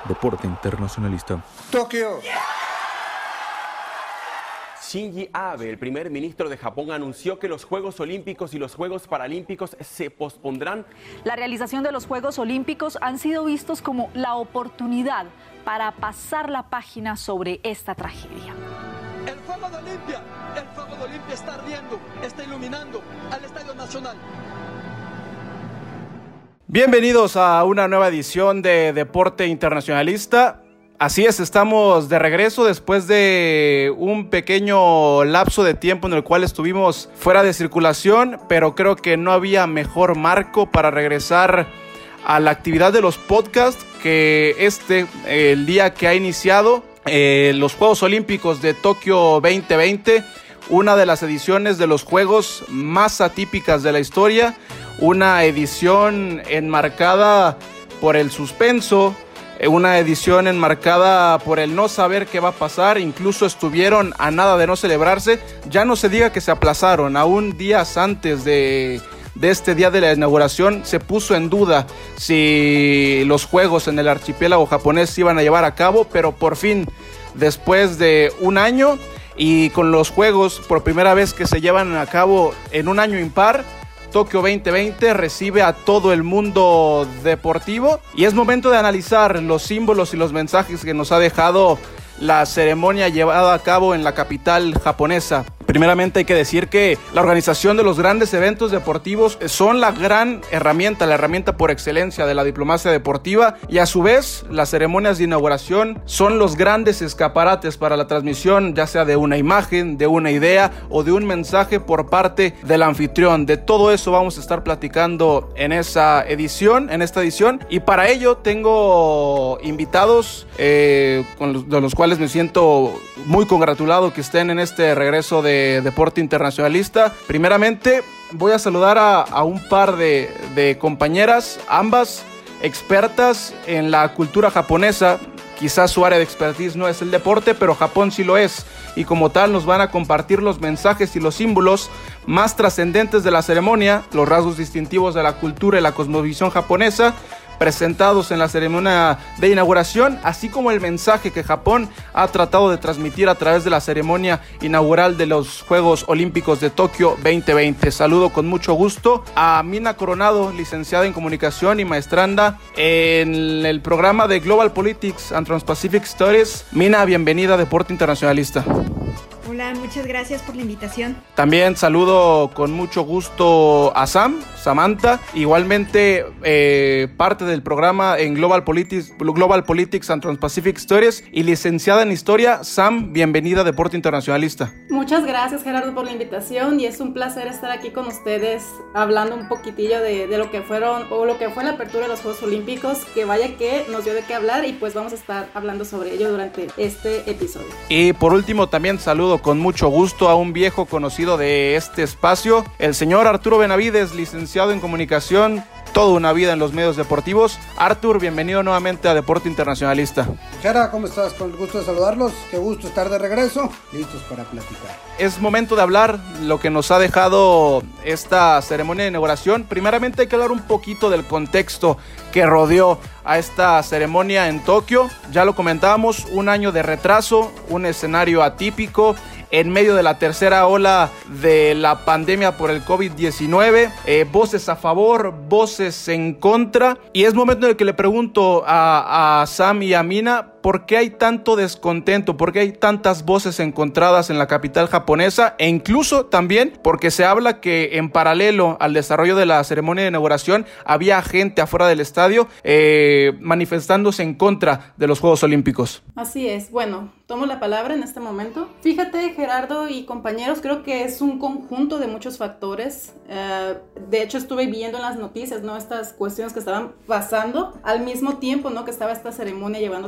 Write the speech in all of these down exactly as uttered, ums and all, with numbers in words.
Deporte Internacionalista. Tokio. Shinzo Abe, el primer ministro de Japón, anunció que los Juegos Olímpicos y los Juegos Paralímpicos se pospondrán. La realización de los Juegos Olímpicos han sido vistos como la oportunidad para pasar la página sobre esta tragedia. El fuego de Olimpia, el fuego de Olimpia está ardiendo, está iluminando al Estadio Nacional. Bienvenidos a una nueva edición de Deporte Internacionalista. Así es, estamos de regreso después de un pequeño lapso de tiempo en el cual estuvimos fuera de circulación, pero creo que no había mejor marco para regresar a la actividad de los podcasts que este, el día que ha iniciado eh, los Juegos Olímpicos de Tokio veinte veinte, una de las ediciones de los Juegos más atípicas de la historia, una edición enmarcada por el suspenso, una edición enmarcada por el no saber qué va a pasar. Incluso estuvieron a nada de no celebrarse. Ya no se diga que se aplazaron. Aún días antes de, de este día de la inauguración se puso en duda si los juegos en el archipiélago japonés se iban a llevar a cabo, pero por fin, después de un año y con los juegos por primera vez que se llevan a cabo en un año impar, Tokio veinte veinte recibe a todo el mundo deportivo y es momento de analizar los símbolos y los mensajes que nos ha dejado la ceremonia llevada a cabo en la capital japonesa. Primeramente hay que decir que la organización de los grandes eventos deportivos son la gran herramienta, la herramienta por excelencia de la diplomacia deportiva, y a su vez las ceremonias de inauguración son los grandes escaparates para la transmisión, ya sea de una imagen, de una idea o de un mensaje por parte del anfitrión. De todo eso vamos a estar platicando en esa edición, en esta edición, y para ello tengo invitados eh, con los, de los cuales me siento muy congratulado que estén en este regreso de Deporte Internacionalista. Primeramente voy a saludar a, a un par de, de compañeras, ambas expertas en la cultura japonesa. Quizás su área de expertise no es el deporte, pero Japón sí lo es, y como tal nos van a compartir los mensajes y los símbolos más trascendentes de la ceremonia, los rasgos distintivos de la cultura y la cosmovisión japonesa presentados en la ceremonia de inauguración, así como el mensaje que Japón ha tratado de transmitir a través de la ceremonia inaugural de los Juegos Olímpicos de Tokio veinte veinte. Saludo con mucho gusto a Mina Coronado, licenciada en Comunicación y maestranda en el programa de Global Politics and Trans-Pacific Studies. Mina, bienvenida a Deporte Internacionalista. Hola, muchas gracias por la invitación. También saludo con mucho gusto a Sam, Samantha, igualmente eh, parte del programa en Global Politics, Global Politics and Trans-Pacific Studies y licenciada en Historia. Sam, bienvenida a Deporte Internacionalista. Muchas gracias, Gerardo, por la invitación, y es un placer estar aquí con ustedes hablando un poquitillo de, de lo que fueron o lo que fue la apertura de los Juegos Olímpicos, que vaya que nos dio de qué hablar, y pues vamos a estar hablando sobre ello durante este episodio. Y por último también saludo con mucho gusto a un viejo conocido de este espacio, el señor Arturo Benavides, licenciado en Comunicación, toda una vida en los medios deportivos. Artur, bienvenido nuevamente a Deporte Internacionalista. Jera, ¿cómo estás? Con el gusto de saludarlos, qué gusto estar de regreso, listos para platicar. Es momento de hablar lo que nos ha dejado esta ceremonia de inauguración. Primeramente hay que hablar un poquito del contexto que rodeó a esta ceremonia en Tokio. Ya lo comentábamos, un año de retraso, un escenario atípico, en medio de la tercera ola de la pandemia por el covid diecinueve, eh, voces a favor, voces en contra, y es momento en el que le pregunto a, a Sam y a Mina, ¿por qué hay tanto descontento? ¿Por qué hay tantas voces encontradas en la capital japonesa? E incluso también porque se habla que en paralelo al desarrollo de la ceremonia de inauguración había gente afuera del estadio eh, manifestándose en contra de los Juegos Olímpicos. Así es, bueno, tomo la palabra en este momento. Fíjate, Gerardo y compañeros, creo que es un conjunto de muchos factores. Uh, de hecho, estuve viendo en las noticias, ¿no?, estas cuestiones que estaban pasando al mismo tiempo, ¿no?, que estaba esta ceremonia llevándose a cabo.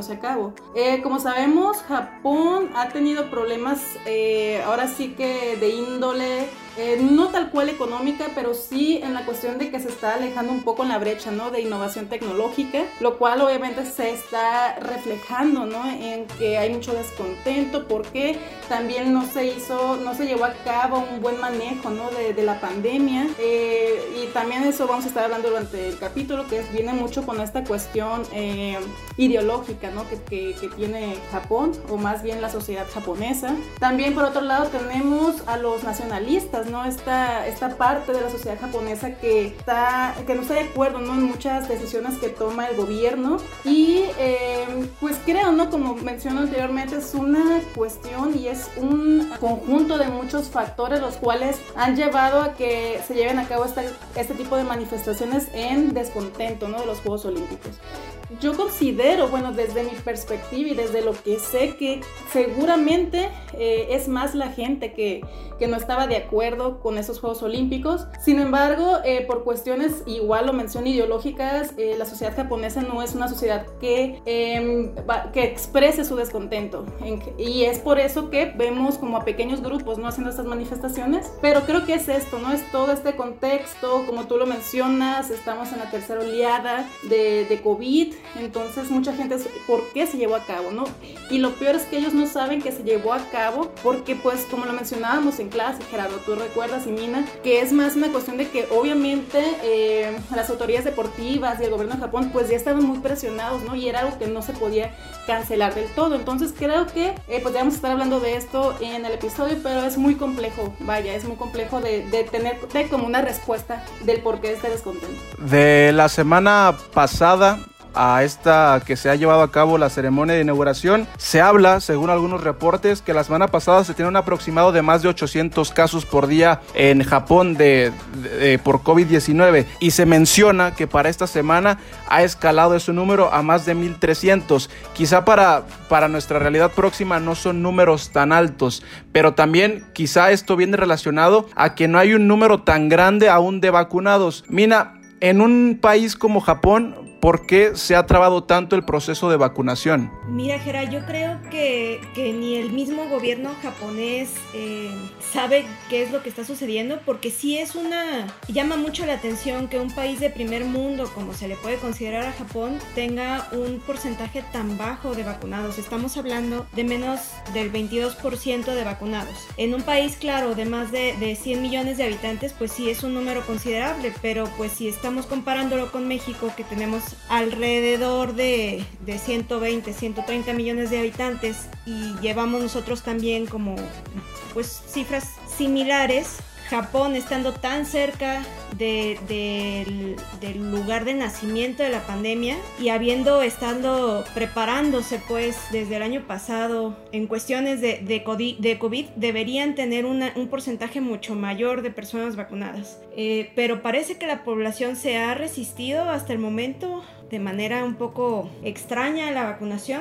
cabo. Eh, como sabemos, Japón ha tenido problemas eh, ahora sí que de índole, eh, no tal cual económica, pero sí en la cuestión de que se está alejando un poco en la brecha, ¿no?, de innovación tecnológica, lo cual obviamente se está reflejando, ¿no?, en que hay mucho descontento porque también no se hizo, no se llevó a cabo un buen manejo, ¿no?, de, de la pandemia, eh, y también eso vamos a estar hablando durante el capítulo, que viene mucho con esta cuestión eh, ideológica, ¿no?, que, que, que tiene Japón, o más bien la sociedad japonesa. También por otro lado tenemos a los nacionalistas, ¿no?, esta, esta parte de la sociedad japonesa que, está, que no está de acuerdo, ¿no?, en muchas decisiones que toma el gobierno, y eh, pues creo, ¿no?, como mencioné anteriormente, es una cuestión y es un conjunto de muchos factores los cuales han llevado a que se lleven a cabo esta, este tipo de manifestaciones en descontento, ¿no?, de los Juegos Olímpicos. Yo considero, bueno, desde mi perspectiva y desde lo que sé, que seguramente eh, es más la gente que, que no estaba de acuerdo con esos Juegos Olímpicos. Sin embargo, eh, por cuestiones, igual lo mencioné, ideológicas, eh, la sociedad japonesa no es una sociedad que, eh, que exprese su descontento. Y es por eso que vemos como a pequeños grupos, ¿no?, haciendo estas manifestaciones. Pero creo que es esto, ¿no? Es todo este contexto, como tú lo mencionas, estamos en la tercera oleada de, de COVID. Entonces mucha gente, ¿por qué se llevó a cabo, no? Y lo peor es que ellos no saben que se llevó a cabo porque, pues, como lo mencionábamos en clase, Gerardo, tú recuerdas, y Mina, que es más una cuestión de que obviamente eh, las autoridades deportivas y el gobierno de Japón pues ya estaban muy presionados, ¿no? Y era algo que no se podía cancelar del todo. Entonces creo que eh, podríamos estar hablando de esto en el episodio, pero es muy complejo, vaya, es muy complejo de, de tener de como una respuesta del por qué este descontento. De la semana pasada a esta que se ha llevado a cabo la ceremonia de inauguración, se habla, según algunos reportes, que la semana pasada se tiene un aproximado de más de ochocientos casos por día en Japón de, de, de por COVID diecinueve, y se menciona que para esta semana ha escalado ese número a más de mil trescientos. Quizá para, para nuestra realidad próxima no son números tan altos, pero también quizá esto viene relacionado a que no hay un número tan grande aún de vacunados. Mina, en un país como Japón, ¿por qué se ha trabado tanto el proceso de vacunación? Mira, Gera, yo creo que, que ni el mismo gobierno japonés eh, sabe qué es lo que está sucediendo, porque sí es una... llama mucho la atención que un país de primer mundo, como se le puede considerar a Japón, tenga un porcentaje tan bajo de vacunados. Estamos hablando de menos del veintidós por ciento de vacunados. En un país, claro, de más de, de cien millones de habitantes, pues sí es un número considerable, pero pues si estamos comparándolo con México, que tenemos alrededor de, de ciento veinte, ciento treinta millones de habitantes, y llevamos nosotros también como pues cifras similares, Japón estando tan cerca de, de, del lugar de nacimiento de la pandemia y habiendo estado preparándose pues desde el año pasado en cuestiones de, de, COVID, de COVID, deberían tener una, un porcentaje mucho mayor de personas vacunadas. Eh, pero parece que la población se ha resistido hasta el momento de manera un poco extraña a la vacunación,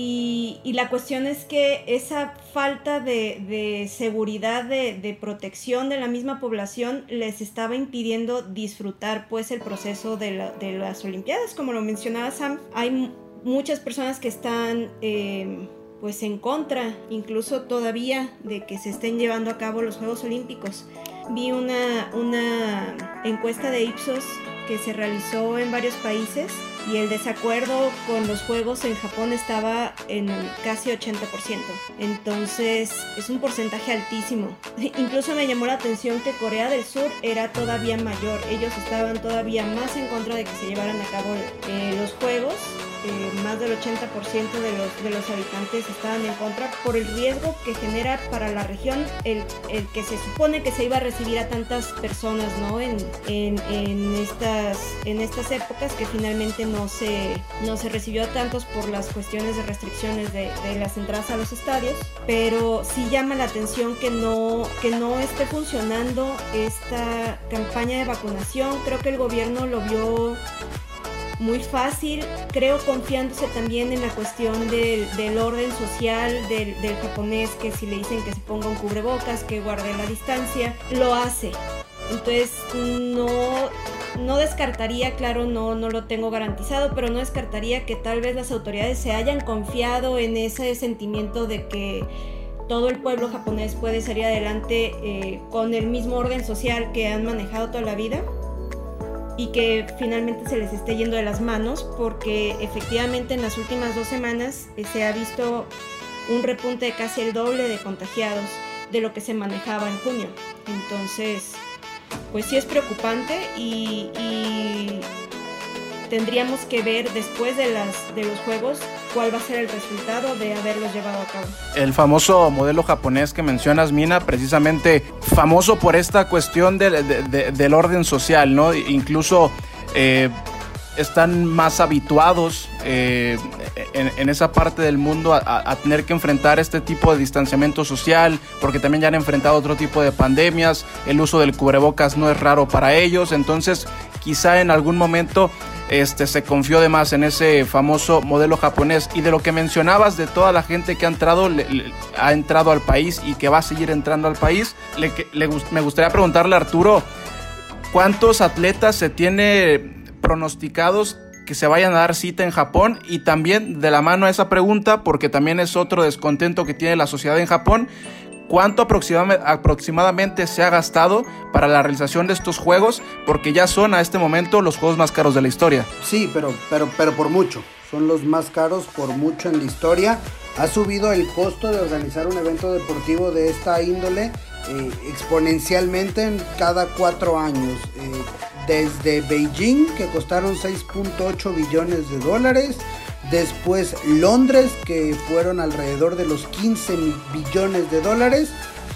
y, y la cuestión es que esa falta de, de seguridad, de, de protección de la misma población les estaba impidiendo disfrutar pues el proceso de, la, de las Olimpiadas. Como lo mencionaba Sam, hay m- muchas personas que están eh, pues en contra incluso todavía de que se estén llevando a cabo los Juegos Olímpicos. Vi una, una encuesta de Ipsos que se realizó en varios países, y el desacuerdo con los juegos en Japón estaba en casi ochenta por ciento. Entonces es un porcentaje altísimo. Incluso me llamó la atención que Corea del Sur era todavía mayor. Ellos estaban todavía más en contra de que se llevaran a cabo eh, los juegos. Eh, más del ochenta por ciento de los, de los habitantes estaban en contra por el riesgo que genera para la región el, el que se supone que se iba a recibir a tantas personas, ¿no? en, en, en, estas, en estas épocas, que finalmente no se, no se recibió a tantos por las cuestiones de restricciones de, de las entradas a los estadios. Pero sí llama la atención que no, que no esté funcionando esta campaña de vacunación. Creo que el gobierno lo vio muy fácil, creo, confiándose también en la cuestión del, del orden social del, del japonés, que si le dicen que se ponga un cubrebocas, que guarde la distancia, lo hace. Entonces no, no descartaría, claro, no, no lo tengo garantizado, pero no descartaría que tal vez las autoridades se hayan confiado en ese sentimiento de que todo el pueblo japonés puede salir adelante eh, con el mismo orden social que han manejado toda la vida, y que finalmente se les esté yendo de las manos, porque efectivamente en las últimas dos semanas eh, se ha visto un repunte de casi el doble de contagiados de lo que se manejaba en junio. Entonces, pues sí es preocupante, y, y tendríamos que ver después de, las, de los juegos cuál va a ser el resultado de haberlos llevado a cabo. El famoso modelo japonés que mencionas, Mina, precisamente famoso por esta cuestión de, de, de, del orden social, ¿no? Incluso eh, están más habituados eh, en, en esa parte del mundo a, a tener que enfrentar este tipo de distanciamiento social, porque también ya han enfrentado otro tipo de pandemias. El uso del cubrebocas no es raro para ellos, entonces quizá en algún momento Este, se confió de más en ese famoso modelo japonés. Y de lo que mencionabas de toda la gente que ha entrado, le, le, ha entrado al país y que va a seguir entrando al país, le, le, me gustaría preguntarle a Arturo, ¿cuántos atletas se tiene pronosticados que se vayan a dar cita en Japón? Y también de la mano a esa pregunta, porque también es otro descontento que tiene la sociedad en Japón, ¿cuánto aproximadamente se ha gastado para la realización de estos juegos? Porque ya son a este momento los juegos más caros de la historia. Sí, pero, pero, pero por mucho. Son los más caros por mucho en la historia. Ha subido el costo de organizar un evento deportivo de esta índole eh, exponencialmente en cada cuatro años. Eh, desde Beijing, que costaron seis punto ocho billones de dólares. Después Londres, que fueron alrededor de los quince billones de dólares.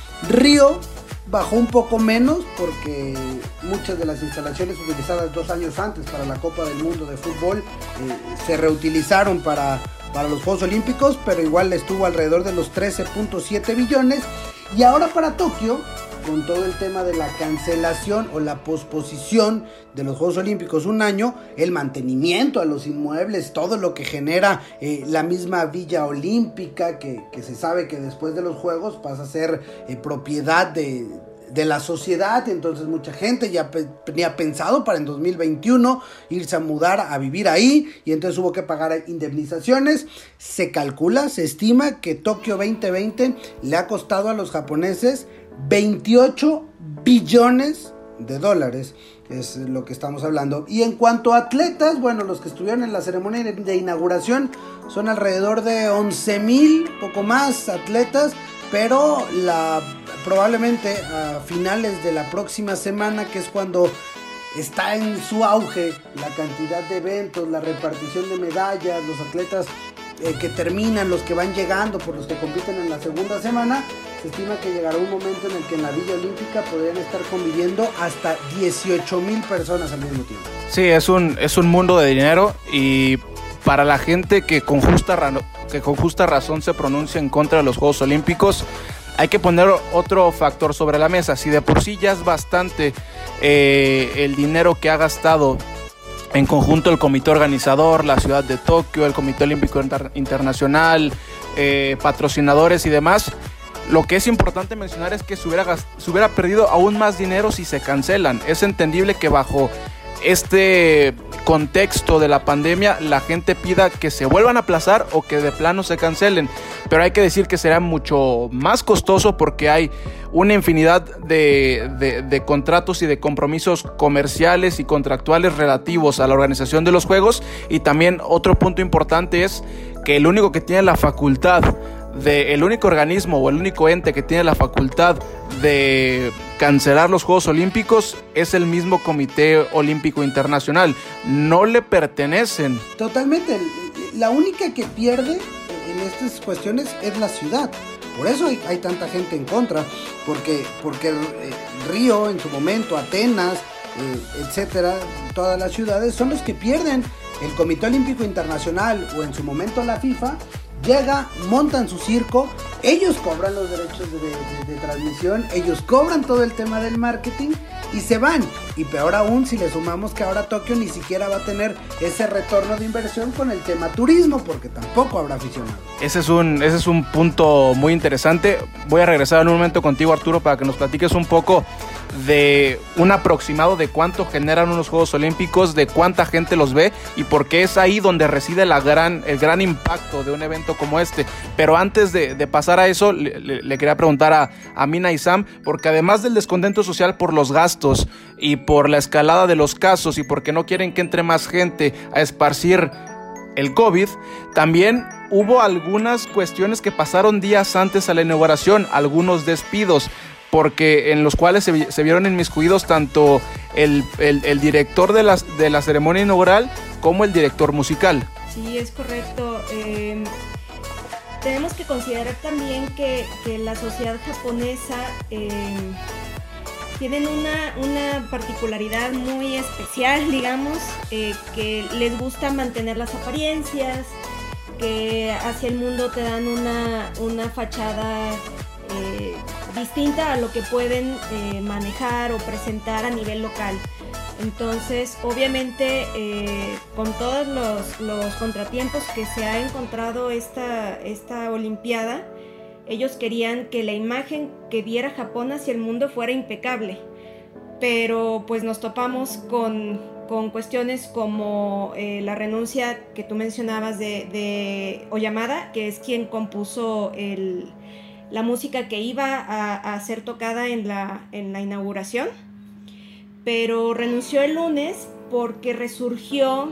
Río bajó un poco menos porque muchas de las instalaciones utilizadas dos años antes para la Copa del Mundo de Fútbol eh, se reutilizaron para, para los Juegos Olímpicos, pero igual estuvo alrededor de los trece punto siete billones. Y ahora para Tokio, con todo el tema de la cancelación o la posposición de los Juegos Olímpicos un año, el mantenimiento a los inmuebles, todo lo que genera eh, la misma Villa Olímpica, que, que se sabe que después de los Juegos pasa a ser eh, propiedad de, de la sociedad. Entonces mucha gente ya pe- tenía pensado para en dos mil veintiuno irse a mudar a vivir ahí, y entonces hubo que pagar indemnizaciones. Se calcula, se estima que Tokio veinte veinte le ha costado a los japoneses veintiocho billones de dólares, es lo que estamos hablando. Y en cuanto a atletas, bueno, los que estuvieron en la ceremonia de inauguración son alrededor de once mil, poco más atletas, pero la, probablemente a finales de la próxima semana, que es cuando está en su auge la cantidad de eventos, la repartición de medallas, los atletas eh, que terminan, los que van llegando, por los que compiten en la segunda semana, se estima que llegará un momento en el que en la Villa Olímpica podrían estar conviviendo hasta dieciocho mil personas al mismo tiempo. Sí, es un, es un mundo de dinero, y para la gente que con justa, que con justa razón se pronuncia en contra de los Juegos Olímpicos, hay que poner otro factor sobre la mesa. Si de por sí ya es bastante eh, el dinero que ha gastado en conjunto el comité organizador, la ciudad de Tokio, el Comité Olímpico Inter- Internacional, eh, patrocinadores y demás, lo que es importante mencionar es que se hubiera, gast- se hubiera perdido aún más dinero si se cancelan. Es entendible que bajo este contexto de la pandemia la gente pida que se vuelvan a aplazar o que de plano se cancelen, pero hay que decir que será mucho más costoso porque hay una infinidad de, de, de contratos y de compromisos comerciales y contractuales relativos a la organización de los juegos. Y también otro punto importante es que el único que tiene la facultad de, el único organismo o el único ente que tiene la facultad de cancelar los Juegos Olímpicos es el mismo Comité Olímpico Internacional. No le pertenecen. Totalmente. La única que pierde en estas cuestiones es la ciudad. Por eso hay, hay tanta gente en contra, porque, porque eh, Río en su momento, Atenas, eh, etcétera, todas las ciudades son los que pierden. El Comité Olímpico Internacional o en su momento la FIFA llega, montan su circo, ellos cobran los derechos de, de, de transmisión, ellos cobran todo el tema del marketing y se van. Y peor aún si le sumamos que ahora Tokio ni siquiera va a tener ese retorno de inversión con el tema turismo, porque tampoco habrá aficionados. Ese es un, ese es un punto muy interesante. Voy a regresar en un momento contigo, Arturo, para que nos platiques un poco de un aproximado de cuánto generan unos Juegos Olímpicos, de cuánta gente los ve y porque es ahí donde reside la gran, el gran impacto de un evento como este. Pero antes de, de pasar a eso, le, le, le quería preguntar a, a Mina y Sam, porque además del descontento social por los gastos y por la escalada de los casos y porque no quieren que entre más gente a esparcir el COVID, también hubo algunas cuestiones que pasaron días antes a la inauguración, algunos despidos, porque en los cuales se, se vieron inmiscuidos tanto el, el, el director de la, de la ceremonia inaugural como el director musical. Sí, es correcto. Eh, tenemos que considerar también que, que la sociedad japonesa eh, tienen una, una particularidad muy especial, digamos, eh, que les gusta mantener las apariencias, que hacia el mundo te dan una, una fachada eh, distinta a lo que pueden eh, manejar o presentar a nivel local. Entonces, obviamente, eh, con todos los, los contratiempos que se ha encontrado esta, esta Olimpiada, ellos querían que la imagen que diera Japón hacia el mundo fuera impecable. Pero pues nos topamos con, con cuestiones como eh, la renuncia que tú mencionabas de, de Oyamada, que es quien compuso el, la música que iba a, a ser tocada en la, en la inauguración. Pero renunció el lunes porque resurgió,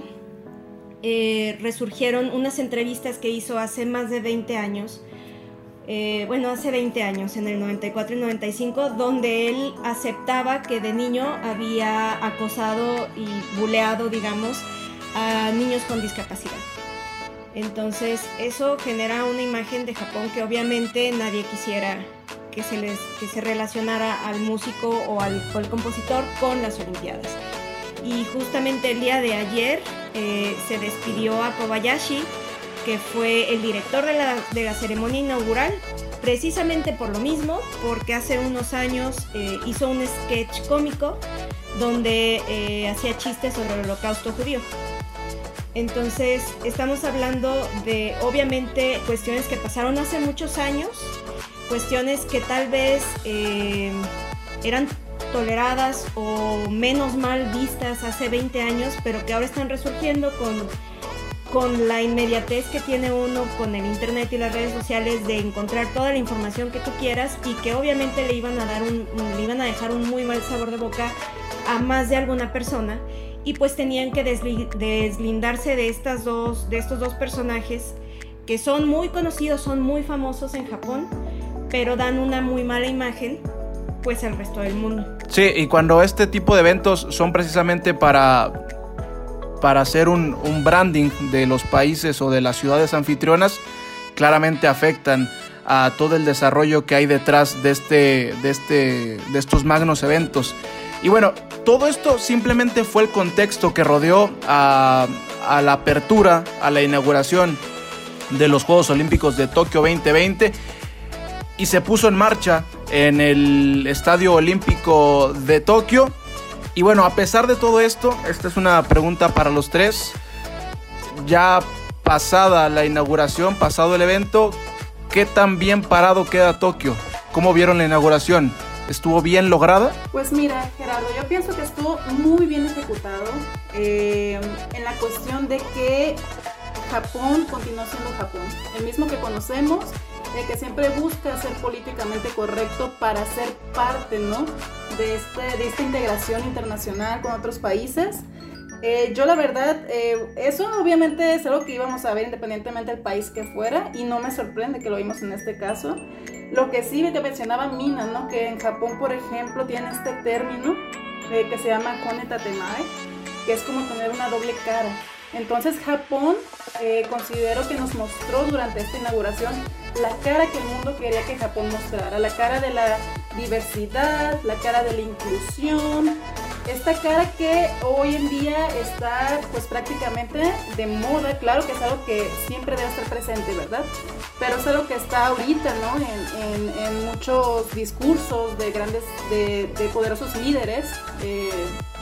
eh, resurgieron unas entrevistas que hizo hace más de veinte años, eh, bueno, hace veinte años, en el noventa y cuatro y noventa y cinco, donde él aceptaba que de niño había acosado y buleado, digamos, a niños con discapacidad. Entonces, eso genera una imagen de Japón que obviamente nadie quisiera que se, les, que se relacionara al músico o al, o al compositor con las Olimpiadas. Y justamente el día de ayer eh, se despidió a Kobayashi, que fue el director de la, de la ceremonia inaugural, precisamente por lo mismo, porque hace unos años eh, hizo un sketch cómico donde eh, hacía chistes sobre el holocausto judío. Entonces, estamos hablando de, obviamente, cuestiones que pasaron hace muchos años, cuestiones que tal vez eh, eran toleradas o menos mal vistas hace veinte años, pero que ahora están resurgiendo con, con la inmediatez que tiene uno con el internet y las redes sociales de encontrar toda la información que tú quieras, y que obviamente le iban a dar un, le iban a dejar un muy mal sabor de boca a más de alguna persona, y pues tenían que deslindarse de, estas dos, de estos dos personajes que son muy conocidos, son muy famosos en Japón, pero dan una muy mala imagen pues al resto del mundo. Sí, y cuando este tipo de eventos son precisamente para, para hacer un, un branding de los países o de las ciudades anfitrionas, claramente afectan a todo el desarrollo que hay detrás de, este, de, este, de estos magnos eventos. Y bueno, todo esto simplemente fue el contexto que rodeó a, a la apertura, a la inauguración de los Juegos Olímpicos de Tokio veinte veinte, y se puso en marcha en el Estadio Olímpico de Tokio. Y bueno, a pesar de todo esto, esta es una pregunta para los tres. Ya pasada la inauguración, pasado el evento, ¿qué tan bien parado queda Tokio? ¿Cómo vieron la inauguración? ¿Estuvo bien lograda? Pues mira, Gerardo, yo pienso que estuvo muy bien ejecutado eh, en la cuestión de que Japón continúa siendo Japón, el mismo que conocemos, el que siempre busca ser políticamente correcto para ser parte, ¿no?, de, este, de esta integración internacional con otros países. Eh, yo la verdad, eh, eso obviamente es algo que íbamos a ver independientemente del país que fuera, y no me sorprende que lo vimos en este caso. Lo que sí que mencionaba Mina, ¿no?, que en Japón, por ejemplo, tiene este término eh, que se llama Kone Tatemae, que es como tener una doble cara. Entonces Japón eh, considero que nos mostró durante esta inauguración la cara que el mundo quería que Japón mostrara, la cara de la diversidad, la cara de la inclusión, esta cara que hoy en día está pues prácticamente de moda. Claro que es algo que siempre debe estar presente, ¿verdad? Pero es algo que está ahorita, ¿no?, en, en, en muchos discursos de grandes, de, de poderosos líderes, eh,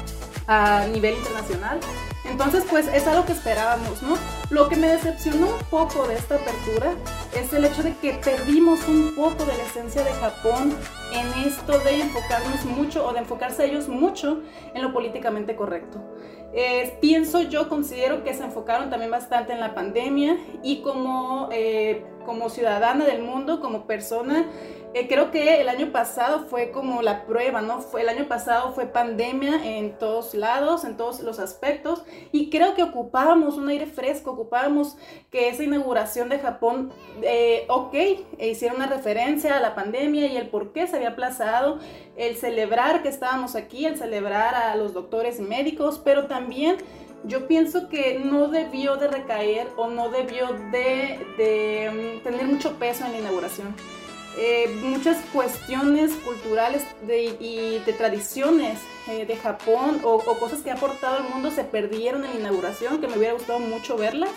a nivel internacional. Entonces, pues es algo que esperábamos, ¿no? Lo que me decepcionó un poco de esta apertura es el hecho de que perdimos un poco de la esencia de Japón en esto de enfocarnos mucho o de enfocarse ellos mucho en lo políticamente correcto. Eh, pienso yo, considero que se enfocaron también bastante en la pandemia y como, eh, como ciudadana del mundo, como persona, Eh, creo que el año pasado fue como la prueba, ¿no? Fue, el año pasado fue pandemia en todos lados, en todos los aspectos, y creo que ocupábamos un aire fresco, ocupábamos que esa inauguración de Japón, eh, ok, hiciera una referencia a la pandemia y el por qué se había aplazado, el celebrar que estábamos aquí, el celebrar a los doctores y médicos, pero también yo pienso que no debió de recaer o no debió de, de um, tener mucho peso en la inauguración. Eh, muchas cuestiones culturales de, y de tradiciones eh, de Japón o, o cosas que ha aportado al mundo se perdieron en la inauguración, que me hubiera gustado mucho verlas.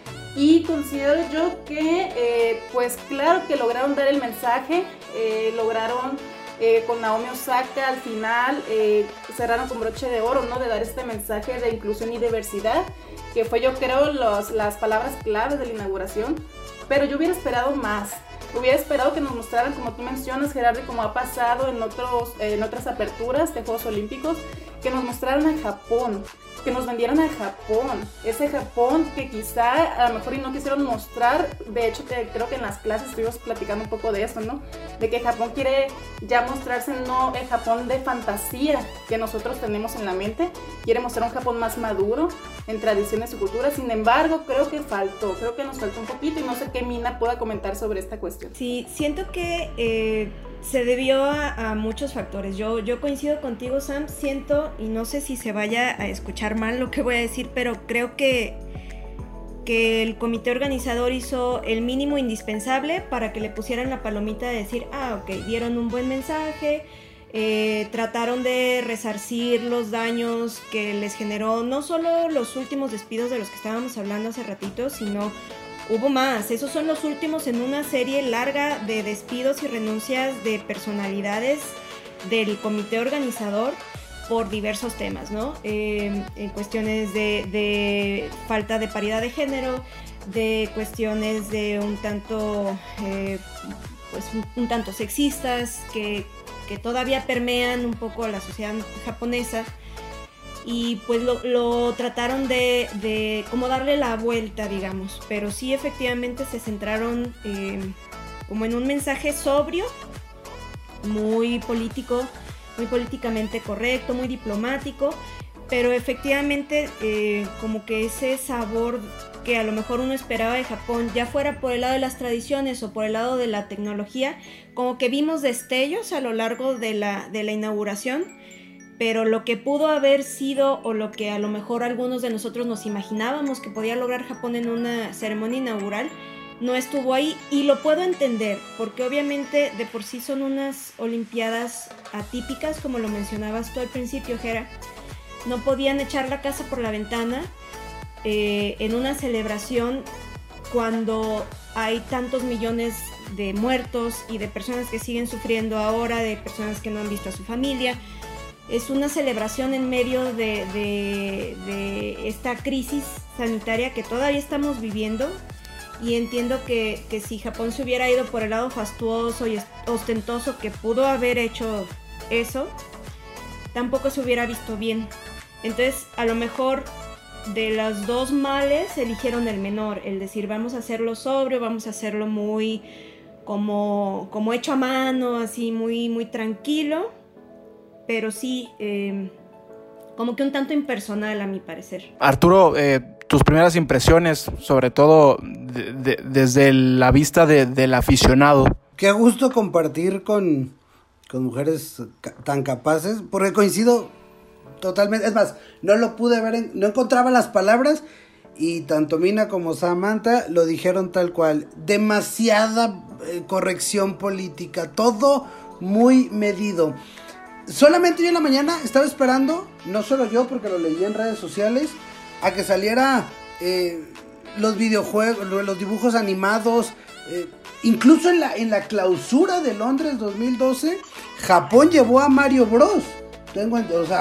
Y considero yo que, eh, pues claro que lograron dar el mensaje, eh, lograron eh, con Naomi Osaka al final, eh, cerraron con broche de oro, ¿no? De dar este mensaje de inclusión y diversidad, que fue yo creo los, las palabras claves de la inauguración, pero yo hubiera esperado más. Hubiera esperado que nos mostraran, como tú mencionas, Gerardo, como ha pasado en, otros, eh, en otras aperturas de Juegos Olímpicos, que nos mostraran a Japón, que nos vendieran a Japón, ese Japón que quizá a lo mejor y no quisieron mostrar. De hecho, que creo que en las clases estuvimos platicando un poco de eso, ¿no? De que Japón quiere ya mostrarse no el Japón de fantasía que nosotros tenemos en la mente, quiere mostrar un Japón más maduro en tradiciones y culturas. Sin embargo, creo que faltó, creo que nos faltó un poquito y no sé qué Mina pueda comentar sobre esta cuestión. Sí, siento que eh, se debió a, a muchos factores. Yo, yo coincido contigo, Sam, siento, y no sé si se vaya a escuchar mal lo que voy a decir, pero creo que, que el comité organizador hizo el mínimo indispensable para que le pusieran la palomita de decir, ah, ok, dieron un buen mensaje, eh, trataron de resarcir los daños que les generó no solo los últimos despidos de los que estábamos hablando hace ratito, sino hubo más. Esos son los últimos en una serie larga de despidos y renuncias de personalidades del comité organizador por diversos temas, ¿no? Eh, en cuestiones de, de falta de paridad de género, de cuestiones de un tanto, eh, pues un, un tanto sexistas que, que todavía permean un poco a la sociedad japonesa. Y pues lo, lo trataron de, de como darle la vuelta, digamos, pero sí efectivamente se centraron eh, como en un mensaje sobrio, muy político, muy políticamente correcto, muy diplomático, pero efectivamente eh, como que ese sabor que a lo mejor uno esperaba de Japón, ya fuera por el lado de las tradiciones o por el lado de la tecnología, como que vimos destellos a lo largo de la, de la inauguración, pero lo que pudo haber sido o lo que a lo mejor algunos de nosotros nos imaginábamos que podía lograr Japón en una ceremonia inaugural no estuvo ahí, y lo puedo entender porque obviamente de por sí son unas olimpiadas atípicas, como lo mencionabas tú al principio, Jera. No podían echar la casa por la ventana eh, en una celebración cuando hay tantos millones de muertos y de personas que siguen sufriendo ahora, de personas que no han visto a su familia. Es una celebración en medio de, de, de esta crisis sanitaria que todavía estamos viviendo, y entiendo que, que si Japón se hubiera ido por el lado fastuoso y ostentoso que pudo haber hecho eso, tampoco se hubiera visto bien. Entonces, a lo mejor de los dos males eligieron el menor, el decir vamos a hacerlo sobrio, vamos a hacerlo muy como, como hecho a mano, así muy, muy tranquilo, pero sí, eh, como que un tanto impersonal a mi parecer. Arturo, eh, tus primeras impresiones, sobre todo de, de, desde la vista de, del aficionado. Qué gusto compartir con, con mujeres ca- tan capaces, porque coincido totalmente. Es más, no lo pude ver, en, no encontraba las palabras, y tanto Mina como Samantha lo dijeron tal cual. Demasiada eh, corrección política, todo muy medido. Solamente yo en la mañana estaba esperando, no solo yo porque lo leí en redes sociales, a que saliera eh, los videojuegos, los dibujos animados. Eh, incluso en la, en la clausura de Londres dos mil doce, Japón llevó a Mario Bros. Tengo, o sea,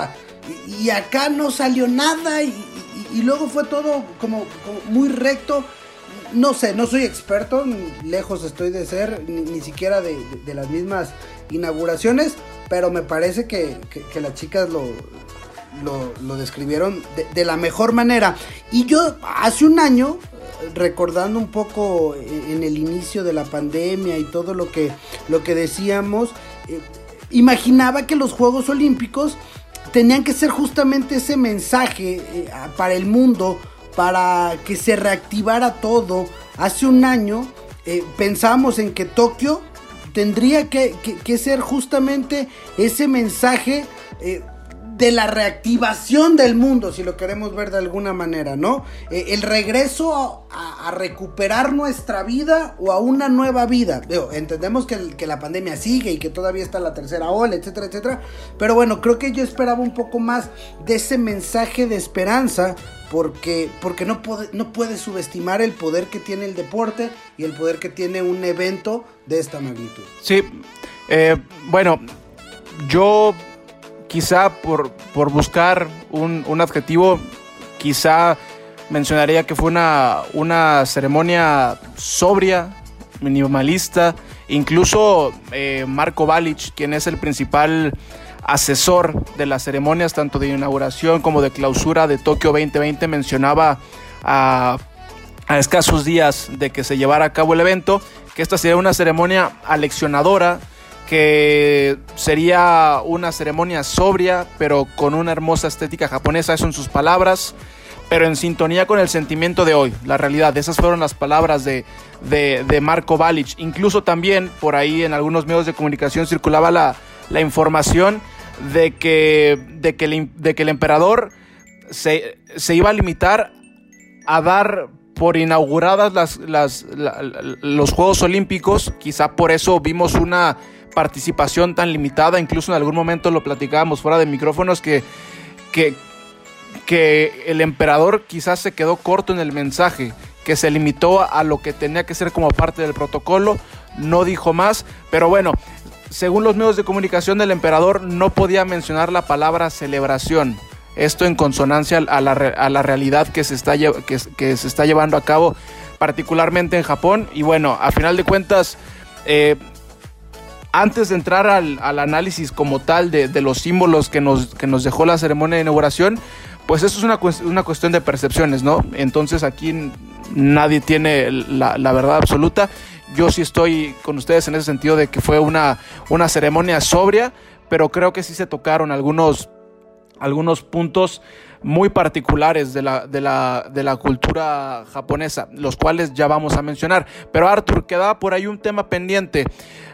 y, y acá no salió nada y, y, y luego fue todo como, como muy recto. No sé, no soy experto, lejos estoy de ser, ni, ni siquiera de, de, de las mismas inauguraciones, pero me parece que, que, que las chicas lo, lo, lo describieron de, de la mejor manera. Y yo hace un año, recordando un poco en el inicio de la pandemia y todo lo que, lo que decíamos, eh, imaginaba que los Juegos Olímpicos tenían que ser justamente ese mensaje eh, para el mundo, para que se reactivara todo. Hace un año eh, pensábamos en que Tokio tendría que, que, que ser justamente ese mensaje eh, de la reactivación del mundo, si lo queremos ver de alguna manera, ¿no? Eh, el regreso a, a, a recuperar nuestra vida o a una nueva vida. Digo, entendemos que, el, que la pandemia sigue y que todavía está la tercera ola, etcétera, etcétera. Pero bueno, creo que yo esperaba un poco más de ese mensaje de esperanza, porque, porque no, puede, no puede subestimar el poder que tiene el deporte y el poder que tiene un evento de esta magnitud. Sí, eh, bueno, yo... Quizá por, por buscar un, un adjetivo, quizá mencionaría que fue una, una ceremonia sobria, minimalista. Incluso eh, Marko Balić, quien es el principal asesor de las ceremonias, tanto de inauguración como de clausura de Tokio veinte veinte, mencionaba a, a escasos días de que se llevara a cabo el evento, que esta sería una ceremonia aleccionadora, que sería una ceremonia sobria, pero con una hermosa estética japonesa, eso en sus palabras, pero en sintonía con el sentimiento de hoy, la realidad. Esas fueron las palabras de, de, de Marko Balić. Incluso también por ahí en algunos medios de comunicación circulaba la, la información de que, de, que el, de que el emperador se, se iba a limitar a dar por inauguradas las, las, la, los Juegos Olímpicos. Quizá por eso vimos una participación tan limitada. Incluso en algún momento lo platicábamos fuera de micrófonos, que, que, que el emperador quizás se quedó corto en el mensaje, que se limitó a lo que tenía que ser como parte del protocolo, no dijo más. Pero bueno, según los medios de comunicación, el emperador no podía mencionar la palabra celebración, esto en consonancia a la, a la realidad que se, está, que, que se está llevando a cabo particularmente en Japón. Y bueno, a final de cuentas, eh, antes de entrar al, al análisis como tal de, de los símbolos que nos, que nos dejó la ceremonia de inauguración, pues eso es una, una cuestión de percepciones, ¿no? Entonces aquí nadie tiene la, la verdad absoluta. Yo sí estoy con ustedes en ese sentido de que fue una, una ceremonia sobria, pero creo que sí se tocaron algunos, algunos puntos muy particulares de la, de, la, de la cultura japonesa, los cuales ya vamos a mencionar. Pero Arthur, quedaba por ahí un tema pendiente.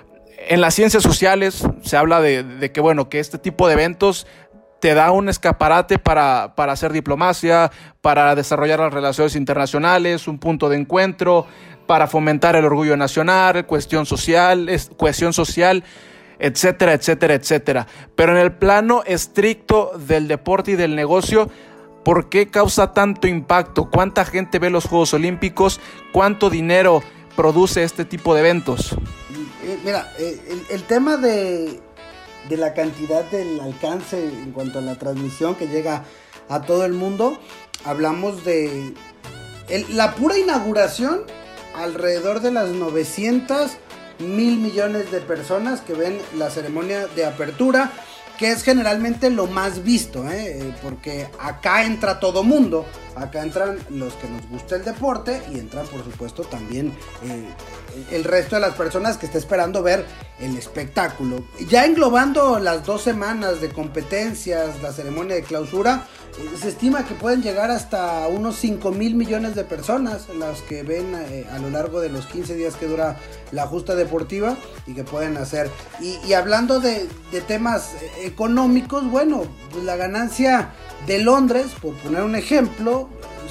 En las ciencias sociales se habla de, de que, bueno, que este tipo de eventos te da un escaparate para, para hacer diplomacia, para desarrollar las relaciones internacionales, un punto de encuentro, para fomentar el orgullo nacional, cuestión social, cohesión social, etcétera, etcétera, etcétera. Pero en el plano estricto del deporte y del negocio, ¿por qué causa tanto impacto? ¿Cuánta gente ve los Juegos Olímpicos? ¿Cuánto dinero produce este tipo de eventos? Eh, mira, eh, el, el tema de, de la cantidad del alcance en cuanto a la transmisión que llega a todo el mundo, hablamos de el, la pura inauguración, alrededor de las novecientos mil millones de personas que ven la ceremonia de apertura, que es generalmente lo más visto, ¿eh? Porque acá entra todo mundo, acá entran los que nos gusta el deporte y entran por supuesto también eh, el resto de las personas que está esperando ver el espectáculo. Ya englobando las dos semanas de competencias, la ceremonia de clausura, eh, se estima que pueden llegar hasta unos cinco mil millones de personas las que ven eh, a lo largo de los quince días que dura la justa deportiva y que pueden hacer. Y, y hablando de, de temas económicos, bueno, pues la ganancia de Londres, por poner un ejemplo,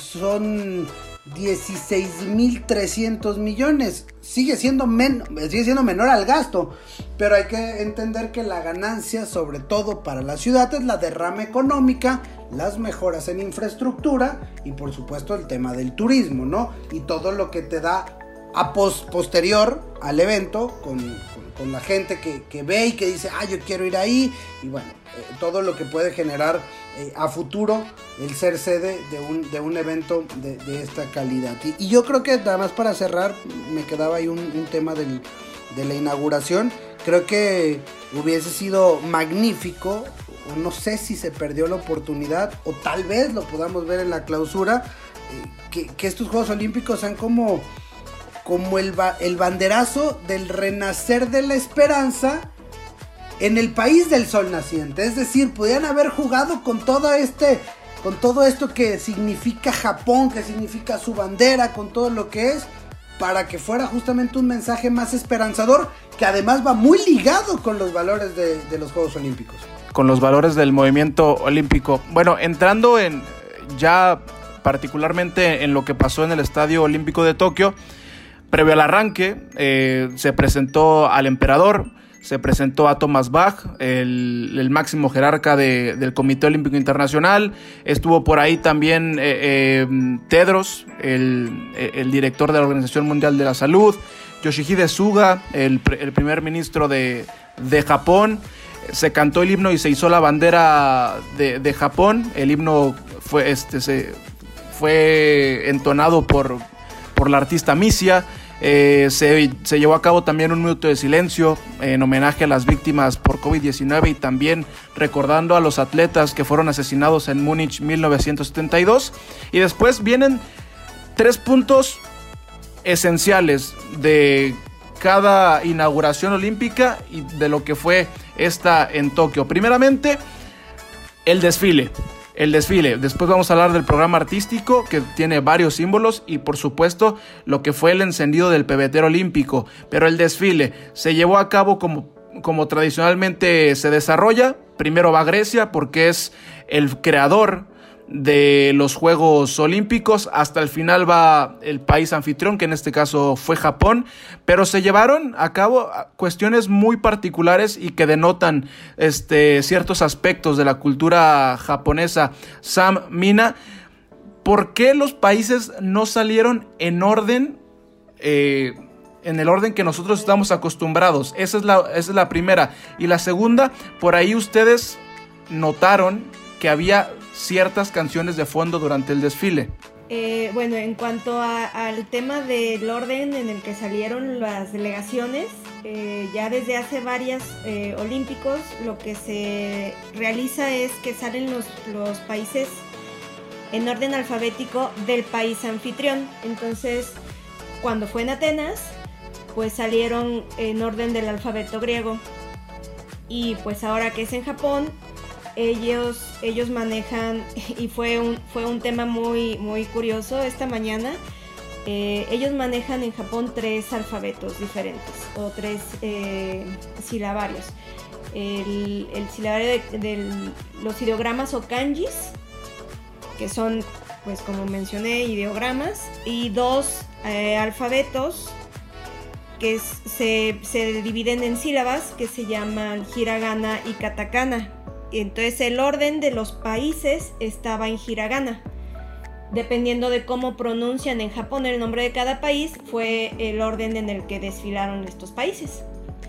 son dieciséis mil trescientos millones. Sigue siendo, men- sigue siendo menor al gasto, pero hay que entender que la ganancia, sobre todo para la ciudad, es la derrama económica, las mejoras en infraestructura y por supuesto el tema del turismo, ¿no? Y todo lo que te da a pos- posterior al evento con, con, con la gente que, que ve y que dice, ah, yo quiero ir ahí, y bueno, eh, todo lo que puede generar eh, a futuro el ser sede de un, de un evento de, de esta calidad. Y, y yo creo que nada más para cerrar, me quedaba ahí un, un tema del, de la inauguración. Creo que hubiese sido magnífico, o no sé si se perdió la oportunidad, o tal vez lo podamos ver en la clausura, eh, que, que estos Juegos Olímpicos sean como, como el, ba, el banderazo del renacer de la esperanza en el país del sol naciente. Es decir, podían haber jugado con todo este, con todo esto que significa Japón, que significa su bandera, con todo lo que es, para que fuera justamente un mensaje más esperanzador, que además va muy ligado con los valores de, de los Juegos Olímpicos. Con los valores del movimiento olímpico. Bueno, entrando en ya particularmente en lo que pasó en el Estadio Olímpico de Tokio, previo al arranque, eh, se presentó al emperador, se presentó a Thomas Bach, el, el máximo jerarca de, del Comité Olímpico Internacional. Estuvo por ahí también eh, eh, Tedros, el, el director de la Organización Mundial de la Salud, Yoshihide Suga, el, el primer ministro de, de Japón. Se cantó el himno y se izó la bandera de, de Japón. El himno fue, este, se, fue entonado por, por la artista Misia. Eh, se, se llevó a cabo también un minuto de silencio en homenaje a las víctimas por covid diecinueve y también recordando a los atletas que fueron asesinados en Múnich mil novecientos setenta y dos. Y después vienen tres puntos esenciales de cada inauguración olímpica y de lo que fue esta en Tokio. Primeramente, el desfile. El desfile, después vamos a hablar del programa artístico que tiene varios símbolos y por supuesto lo que fue el encendido del pebetero olímpico, pero el desfile se llevó a cabo como, como tradicionalmente se desarrolla. Primero va Grecia porque es el creador de los Juegos Olímpicos, hasta el final va el país anfitrión, que en este caso fue Japón, pero se llevaron a cabo cuestiones muy particulares y que denotan este, ciertos aspectos de la cultura japonesa. Sam, Mina, ¿por qué los países no salieron en orden, eh, en el orden que nosotros estamos acostumbrados? Esa es la, esa es la primera. Y la segunda, por ahí ustedes notaron que había ciertas canciones de fondo durante el desfile. Eh, bueno, en cuanto a, al tema del orden en el que salieron las delegaciones, eh, ya desde hace varios eh, olímpicos lo que se realiza es que salen los, los países en orden alfabético del país anfitrión. Entonces, cuando fue en Atenas, pues salieron en orden del alfabeto griego. Y pues ahora que es en Japón, Ellos, ellos manejan, y fue un, fue un tema muy, muy curioso esta mañana, eh, ellos manejan en Japón tres alfabetos diferentes, o tres eh, silabarios. El, el silabario de, de los ideogramas o kanjis, que son, pues como mencioné, ideogramas, y dos eh, alfabetos que es, se, se dividen en sílabas, que se llaman hiragana y katakana. Entonces el orden de los países estaba en hiragana. Dependiendo de cómo pronuncian en Japón el nombre de cada país, fue el orden en el que desfilaron estos países.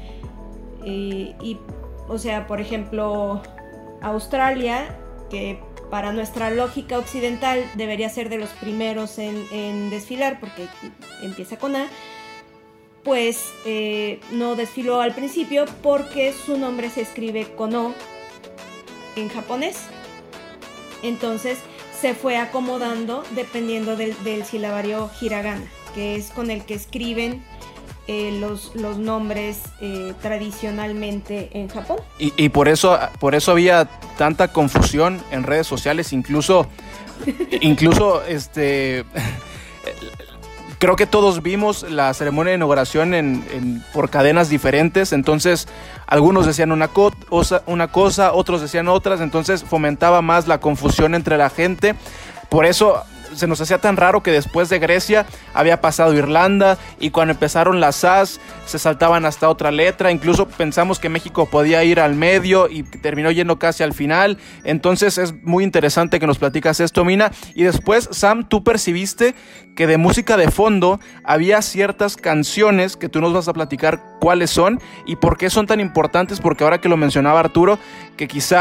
Y, y o sea, por ejemplo, Australia, que para nuestra lógica occidental debería ser de los primeros en, en desfilar, porque empieza con A, pues eh, no desfiló al principio porque su nombre se escribe con O en japonés. Entonces se fue acomodando dependiendo del, del silabario hiragana, que es con el que escriben eh, los, los nombres eh, tradicionalmente en Japón. Y, y por eso por eso había tanta confusión en redes sociales, incluso incluso este creo que todos vimos la ceremonia de inauguración en, en, por cadenas diferentes, entonces algunos decían una, co- una cosa, otros decían otras, entonces fomentaba más la confusión entre la gente. Por eso se nos hacía tan raro que después de Grecia había pasado Irlanda, y cuando empezaron las As se saltaban hasta otra letra, incluso pensamos que México podía ir al medio y terminó yendo casi al final. Entonces es muy interesante que nos platicas esto, Mina. Y después, Sam, tú percibiste que de música de fondo había ciertas canciones que tú nos vas a platicar cuáles son y por qué son tan importantes, porque ahora que lo mencionaba Arturo, que quizá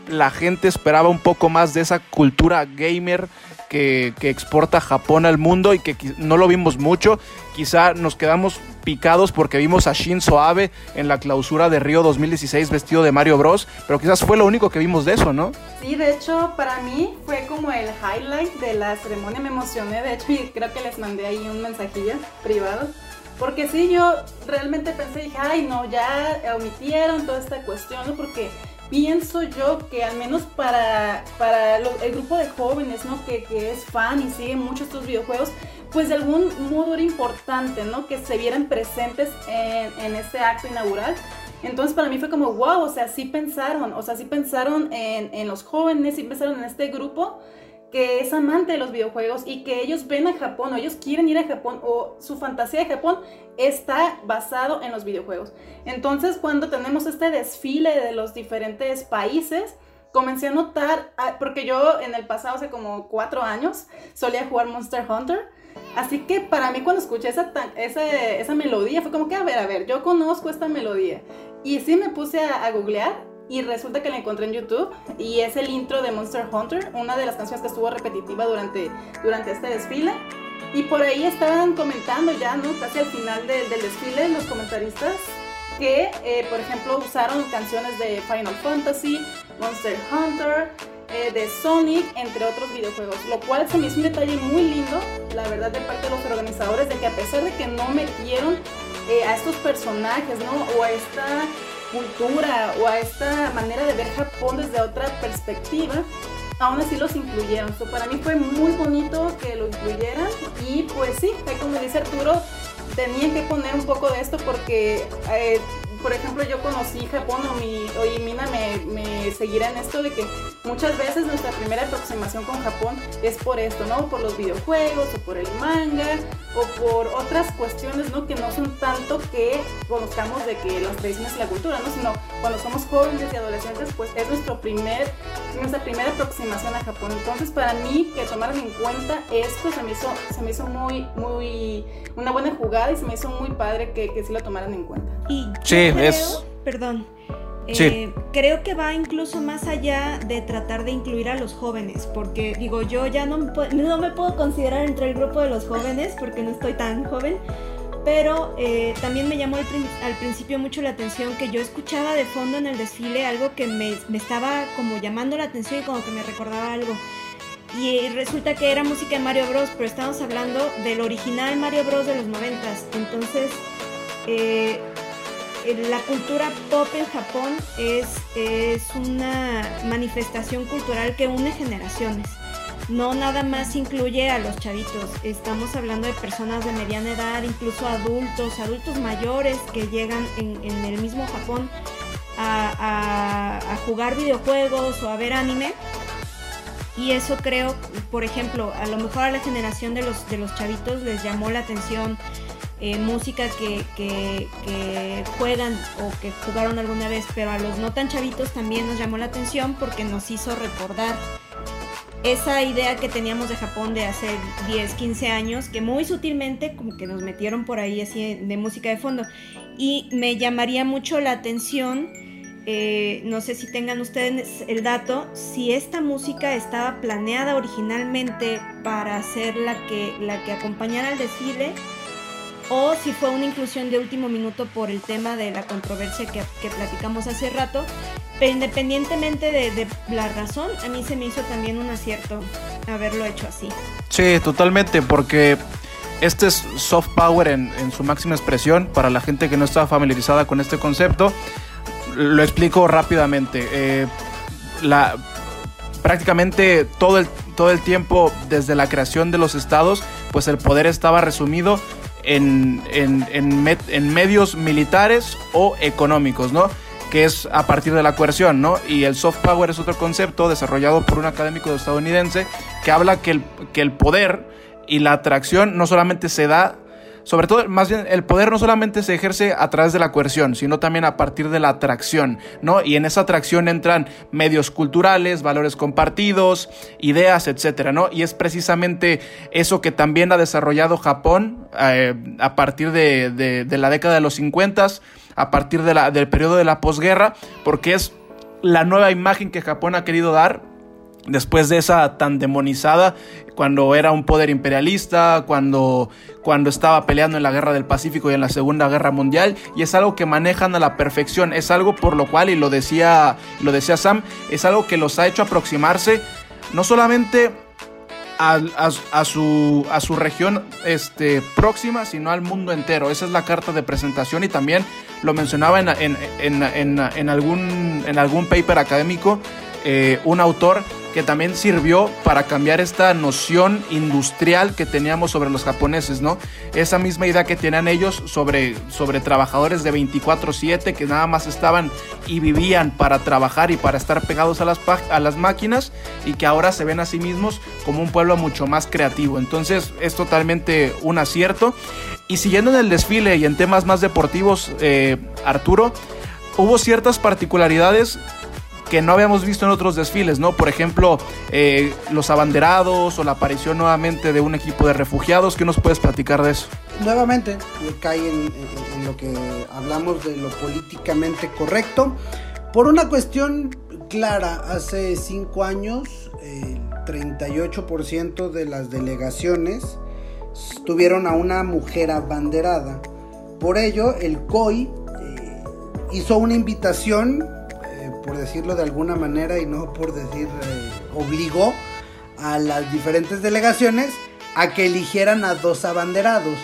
la gente esperaba un poco más de esa cultura gamer que, que exporta Japón al mundo y que no lo vimos mucho. Quizá nos quedamos picados porque vimos a Shinzo Abe en la clausura de Río dos mil dieciséis vestido de Mario Bros, pero quizás fue lo único que vimos de eso, ¿no? Sí, de hecho, para mí fue como el highlight de la ceremonia, me emocioné, de hecho, y creo que les mandé ahí un mensajillo privado, porque sí, yo realmente pensé, dije, ay, no, ya omitieron toda esta cuestión, ¿no? Porque pienso yo que al menos para, para lo, el grupo de jóvenes, ¿no? Que, que es fan y sigue mucho estos videojuegos, pues de algún modo era importante, ¿no? Que se vieran presentes en, en este acto inaugural. Entonces para mí fue como, wow, o sea, sí pensaron, o sea, sí pensaron en, en los jóvenes, sí pensaron en este grupo que es amante de los videojuegos y que ellos ven a Japón, o ellos quieren ir a Japón, o su fantasía de Japón está basado en los videojuegos. Entonces cuando tenemos este desfile de los diferentes países, comencé a notar, porque yo en el pasado, hace como cuatro años, solía jugar Monster Hunter. Así que para mí cuando escuché esa, esa, esa melodía fue como que, a ver, a ver, yo conozco esta melodía. Y sí me puse a, a googlear y resulta que la encontré en YouTube y es el intro de Monster Hunter, una de las canciones que estuvo repetitiva durante, durante este desfile. Y por ahí estaban comentando ya, ¿no? Casi al final de, del desfile, los comentaristas que, eh, por ejemplo, usaron canciones de Final Fantasy, Monster Hunter, eh, de Sonic, entre otros videojuegos, lo cual se me hizo un detalle muy lindo, la verdad, de parte de los organizadores, de que a pesar de que no metieron eh, a estos personajes, ¿no? O a esta cultura, o a esta manera de ver Japón desde otra perspectiva, aún así los incluyeron. So, para mí fue muy bonito que lo incluyeran y pues sí, como dice Arturo, tenían que poner un poco de esto porque, eh, por ejemplo, yo conocí Japón o, mi, o y Mina me, me seguirá en esto de que muchas veces nuestra primera aproximación con Japón es por esto, ¿no? Por los videojuegos o por el manga o por otras cuestiones, ¿no? Que no son tanto que conozcamos de que las tradiciones y la cultura, ¿no? Sino cuando somos jóvenes y adolescentes, pues es nuestro primer, nuestra primera aproximación a Japón. Entonces, para mí, que tomaran en cuenta esto se me hizo, se me hizo muy, muy, una buena jugada y se me hizo muy padre que, que sí lo tomaran en cuenta. Y sí, creo, es... perdón, sí. eh, creo que va incluso más allá de tratar de incluir a los jóvenes, porque digo, yo ya no me, puedo, no me puedo considerar entre el grupo de los jóvenes porque no estoy tan joven, pero eh, también me llamó al, al principio mucho la atención que yo escuchaba de fondo en el desfile algo que me, me estaba como llamando la atención y como que me recordaba algo. Y resulta que era música de Mario Bros, pero estamos hablando del original Mario Bros de los noventas. Entonces, eh, la cultura pop en Japón es, es una manifestación cultural que une generaciones. No nada más incluye a los chavitos, estamos hablando de personas de mediana edad, incluso adultos, adultos mayores que llegan en, en el mismo Japón a, a, a jugar videojuegos o a ver anime. Y eso creo, por ejemplo, a lo mejor a la generación de los, de los chavitos les llamó la atención eh, música que, que, que juegan o que jugaron alguna vez, pero a los no tan chavitos también nos llamó la atención porque nos hizo recordar esa idea que teníamos de Japón de hace diez, quince años, que muy sutilmente como que nos metieron por ahí así de música de fondo. Y me llamaría mucho la atención, eh, no sé si tengan ustedes el dato, si esta música estaba planeada originalmente para ser la que, la que acompañara al desfile, o si fue una inclusión de último minuto por el tema de la controversia que, que platicamos hace rato. Pero independientemente de, de la razón, a mí se me hizo también un acierto haberlo hecho así. Sí, totalmente, porque este es soft power en, en su máxima expresión. Para la gente que no está familiarizada con este concepto, lo explico rápidamente. Eh, la, prácticamente todo el, todo el tiempo desde la creación de los estados, pues el poder estaba resumido en, en, en, med, en medios militares o económicos, ¿no? Que es a partir de la coerción, ¿no? Y el soft power es otro concepto desarrollado por un académico estadounidense que habla que el, que el poder y la atracción no solamente se da, sobre todo, más bien, el poder no solamente se ejerce a través de la coerción, sino también a partir de la atracción, ¿no? Y en esa atracción entran medios culturales, valores compartidos, ideas, etcétera, ¿no? Y es precisamente eso que también ha desarrollado Japón eh, a partir de, de, de la década de los cincuenta, a partir de la, del periodo de la posguerra, porque es la nueva imagen que Japón ha querido dar después de esa tan demonizada, cuando era un poder imperialista, cuando, cuando estaba peleando en la Guerra del Pacífico y en la Segunda Guerra Mundial, y es algo que manejan a la perfección, es algo por lo cual, y lo decía, lo decía Sam, es algo que los ha hecho aproximarse no solamente a, a, a, su, a su región este, próxima, sino al mundo entero. Esa es la carta de presentación, y también lo mencionaba en, en, en, en, en, algún, en algún paper académico, eh, un autor que también sirvió para cambiar esta noción industrial que teníamos sobre los japoneses, ¿no? Esa misma idea que tenían ellos sobre, sobre trabajadores de veinticuatro siete que nada más estaban y vivían para trabajar y para estar pegados a las, a las máquinas, y que ahora se ven a sí mismos como un pueblo mucho más creativo. Entonces es totalmente un acierto. Y siguiendo en el desfile y en temas más deportivos, eh, Arturo, hubo ciertas particularidades que no habíamos visto en otros desfiles, ¿no? Por ejemplo, eh, los abanderados o la aparición nuevamente de un equipo de refugiados. ¿Qué nos puedes platicar de eso? Nuevamente, cae en, en, en lo que hablamos de lo políticamente correcto. Por una cuestión clara, hace cinco años, el treinta y ocho por ciento de las delegaciones tuvieron a una mujer abanderada. Por ello, el C O I eh, hizo una invitación, por decirlo de alguna manera y no por decir, eh, obligó a las diferentes delegaciones a que eligieran a dos abanderados.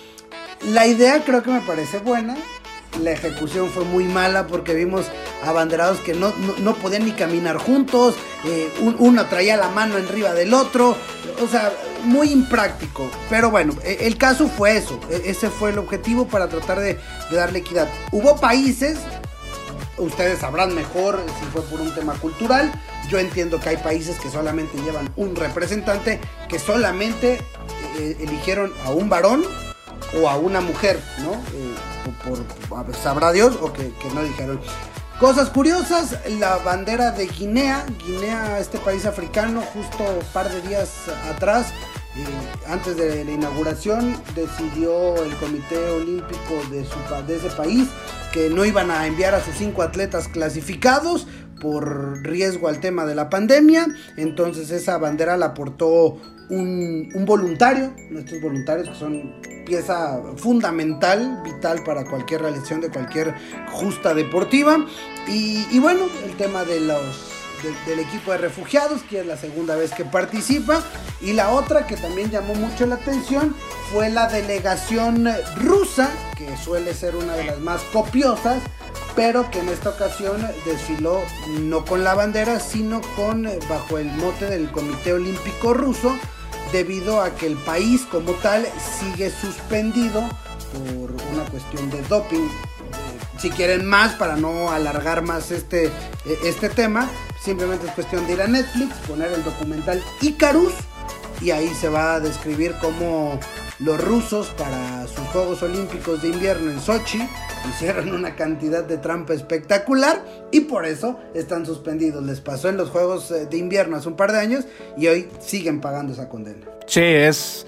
La idea creo que me parece buena. La ejecución fue muy mala porque vimos abanderados que no, no, no podían ni caminar juntos, eh, un, uno traía la mano arriba del otro, o sea, muy impráctico. Pero bueno, el caso fue eso, ese fue el objetivo, para tratar de, de darle equidad. Hubo países, ustedes sabrán mejor si fue por un tema cultural, yo entiendo que hay países que solamente llevan un representante, que solamente eh, eligieron a un varón o a una mujer, ¿no? Eh, por, por, sabrá Dios, o que, que no dijeron. Cosas curiosas, la bandera de Guinea, Guinea, este país africano, justo un par de días atrás, eh, antes de la inauguración, decidió el Comité Olímpico de, su, de ese país que no iban a enviar a sus cinco atletas clasificados por riesgo al tema de la pandemia. Entonces esa bandera la aportó un, un voluntario, nuestros voluntarios que son pieza fundamental, vital para cualquier realización de cualquier justa deportiva. Y, y bueno, el tema de los de, del equipo de refugiados, que es la segunda vez que participa. Y la otra que también llamó mucho la atención fue la delegación rusa, que suele ser una de las más copiosas, pero que en esta ocasión desfiló no con la bandera, sino con bajo el mote del Comité Olímpico Ruso, debido a que el país como tal sigue suspendido por una cuestión de doping. Eh, si quieren más, para no alargar más este, este tema, simplemente es cuestión de ir a Netflix, poner el documental Icarus, y ahí se va a describir cómo los rusos, para sus Juegos Olímpicos de invierno en Sochi, hicieron una cantidad de trampa espectacular y por eso están suspendidos. Les pasó en los Juegos de invierno hace un par de años y hoy siguen pagando esa condena. Sí, es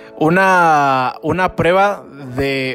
una, una prueba de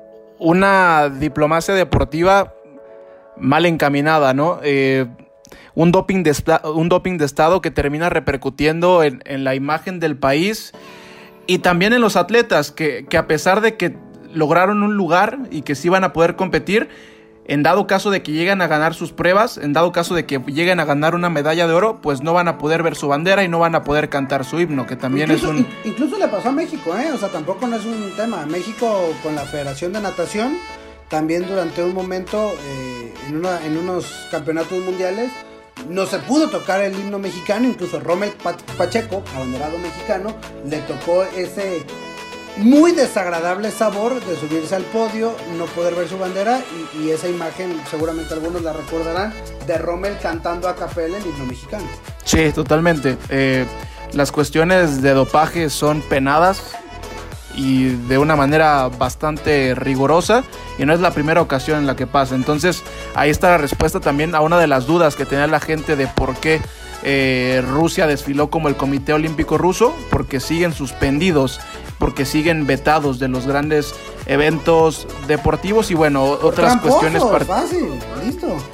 una diplomacia deportiva mal encaminada, ¿no? Eh, un doping de, un doping de Estado que termina repercutiendo en, en la imagen del país y también en los atletas, que, que a pesar de que lograron un lugar y que sí van a poder competir, en dado caso de que lleguen a ganar sus pruebas, en dado caso de que lleguen a ganar una medalla de oro, pues no van a poder ver su bandera y no van a poder cantar su himno, que también incluso, es un... Incluso le pasó a México, ¿eh? O sea, tampoco no es un tema. México con la Federación de Natación, también durante un momento, eh, en, una, en unos campeonatos mundiales, no se pudo tocar el himno mexicano. Incluso Rommel Pacheco, abanderado mexicano, le tocó ese muy desagradable sabor de subirse al podio, no poder ver su bandera y, y esa imagen, seguramente algunos la recordarán, de Rommel cantando a capela el himno mexicano. Sí, totalmente. Eh, las cuestiones de dopaje son penadas y de una manera bastante rigurosa, y no es la primera ocasión en la que pasa. Entonces ahí está la respuesta también a una de las dudas que tenía la gente de por qué eh, Rusia desfiló como el Comité Olímpico Ruso, porque siguen suspendidos, porque siguen vetados de los grandes eventos deportivos y bueno, otras Tramposo, cuestiones part- fácil, listo.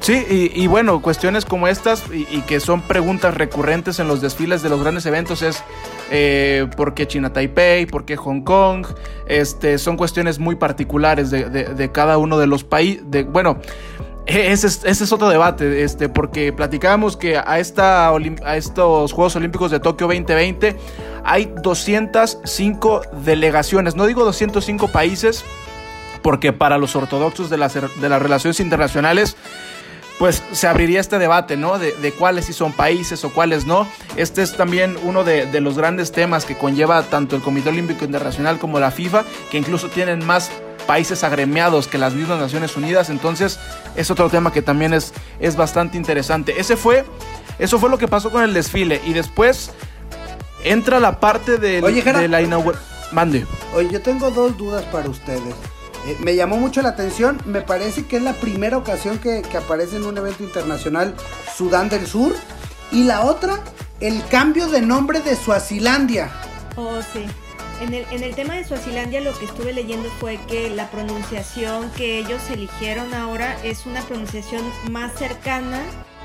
Sí, y, y bueno, cuestiones como estas y, y que son preguntas recurrentes en los desfiles de los grandes eventos es eh, ¿por qué China Taipei? ¿Por qué Hong Kong? Este, son cuestiones muy particulares de, de, de cada uno de los países. Bueno, ese es, ese es otro debate, este, porque platicábamos que a, esta, a estos Juegos Olímpicos de Tokio veinte veinte hay doscientas cinco delegaciones, no digo doscientos cinco países, porque para los ortodoxos de las, de las relaciones internacionales pues se abriría este debate, ¿no? De, de cuáles sí son países o cuáles no. Este es también uno de, de los grandes temas que conlleva tanto el Comité Olímpico Internacional como la FIFA, que incluso tienen más países agremiados que las mismas Naciones Unidas. Entonces es otro tema que también es, es bastante interesante. Ese fue, eso fue lo que pasó con el desfile. Y después entra la parte del, Oye, de la inauguración. Mande. Oye, yo tengo dos dudas para ustedes. Eh, me llamó mucho la atención, me parece que es la primera ocasión que, que aparece en un evento internacional Sudán del Sur, y la otra, el cambio de nombre de Suazilandia. Oh, sí. En el, en el tema de Suazilandia lo que estuve leyendo fue que la pronunciación que ellos eligieron ahora es una pronunciación más cercana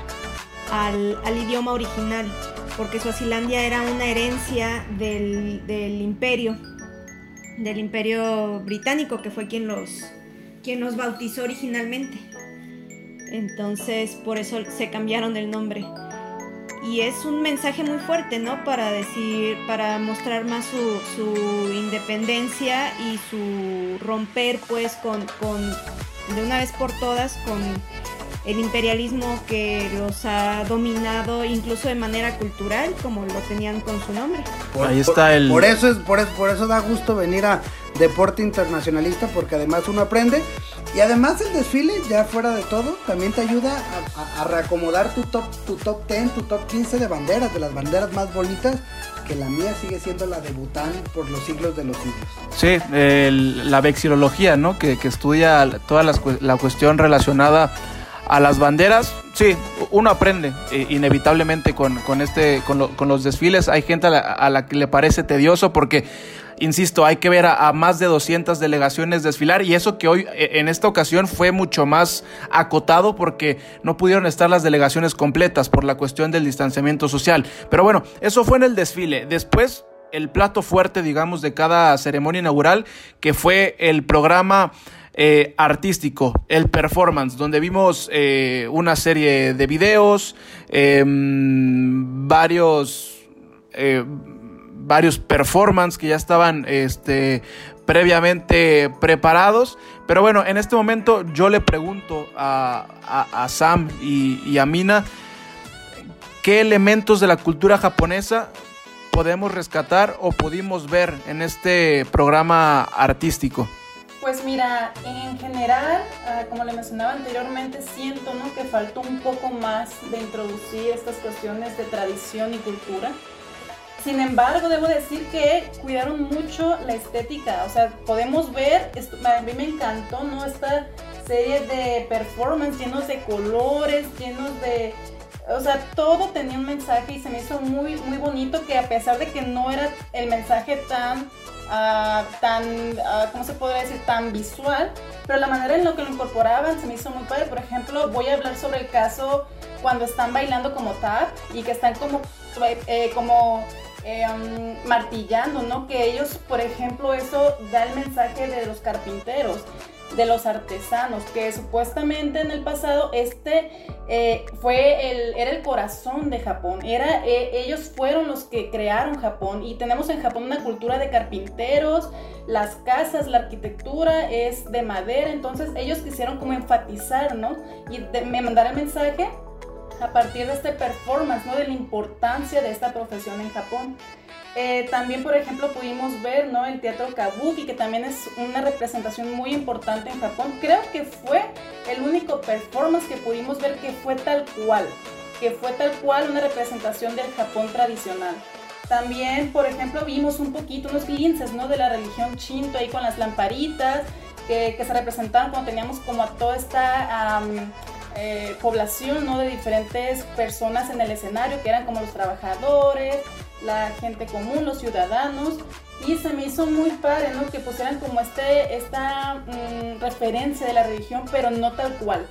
al, al idioma original, porque Suazilandia era una herencia del, del imperio. del imperio británico, que fue quien los, quien los bautizó originalmente. Entonces, por eso se cambiaron el nombre. Y es un mensaje muy fuerte, ¿no? Para decir, para mostrar más su, su independencia y su romper, pues, con, con, de una vez por todas, con el imperialismo que los ha dominado, incluso de manera cultural, como lo tenían con su nombre. Por, Ahí está el... Por eso, es, por, eso, por eso da gusto venir a Deporte Internacionalista, porque además uno aprende. Y además el desfile, ya fuera de todo, también te ayuda a, a, a reacomodar tu top, tu top diez, tu top quince de banderas, de las banderas más bonitas, que la mía sigue siendo la de Bután por los siglos de los siglos. Sí, el, la vexilología, ¿no? Que, que estudia toda la, la cuestión relacionada a las banderas. Sí, uno aprende eh, inevitablemente con, con, este, con, lo, con los desfiles. Hay gente a la, a la que le parece tedioso porque, insisto, hay que ver a, a más de doscientas delegaciones desfilar, y eso que hoy, en esta ocasión, fue mucho más acotado porque no pudieron estar las delegaciones completas por la cuestión del distanciamiento social. Pero bueno, eso fue en el desfile. Después, el plato fuerte, digamos, de cada ceremonia inaugural, que fue el programa Eh, artístico, el performance, donde vimos eh, una serie de videos, eh, varios eh, varios performances que ya estaban este, previamente preparados. Pero bueno, en este momento yo le pregunto a, a, a Sam y, y a Mina, ¿qué elementos de la cultura japonesa podemos rescatar o pudimos ver en este programa artístico? Pues mira, en general, uh, como le mencionaba anteriormente, siento, ¿no?, que faltó un poco más de introducir estas cuestiones de tradición y cultura. Sin embargo, debo decir que cuidaron mucho la estética. O sea, podemos ver, esto, a mí me encantó, ¿no?, esta serie de performance llenos de colores, llenos de... O sea, todo tenía un mensaje y se me hizo muy, muy bonito, que a pesar de que no era el mensaje tan... Uh, tan, uh, ¿cómo se podría decir? Tan visual, pero la manera en la que lo incorporaban se me hizo muy padre. Por ejemplo, voy a hablar sobre el caso cuando están bailando como tap y que están como, eh, como eh, um, martillando, ¿no? Que ellos, por ejemplo, eso da el mensaje de los carpinteros, de los artesanos, que supuestamente en el pasado este eh, fue el, era el corazón de Japón, era, eh, ellos fueron los que crearon Japón, y tenemos en Japón una cultura de carpinteros, las casas, la arquitectura es de madera. Entonces ellos quisieron como enfatizar, ¿no?, y de, me mandar el mensaje a partir de este performance, ¿no?, de la importancia de esta profesión en Japón. Eh, también, por ejemplo, pudimos ver, ¿no?, el teatro kabuki, que también es una representación muy importante en Japón. Creo que fue el único performance que pudimos ver que fue tal cual, que fue tal cual una representación del Japón tradicional. También, por ejemplo, vimos un poquito, unos linces, ¿no?, de la religión Shinto ahí con las lamparitas que, que se representaban cuando teníamos como a toda esta um, eh, población, ¿no?, de diferentes personas en el escenario, que eran como los trabajadores, la gente común, los ciudadanos. Y se me hizo muy padre, ¿no?, que pusieran como este, esta mmm, referencia de la religión, pero no tal cual.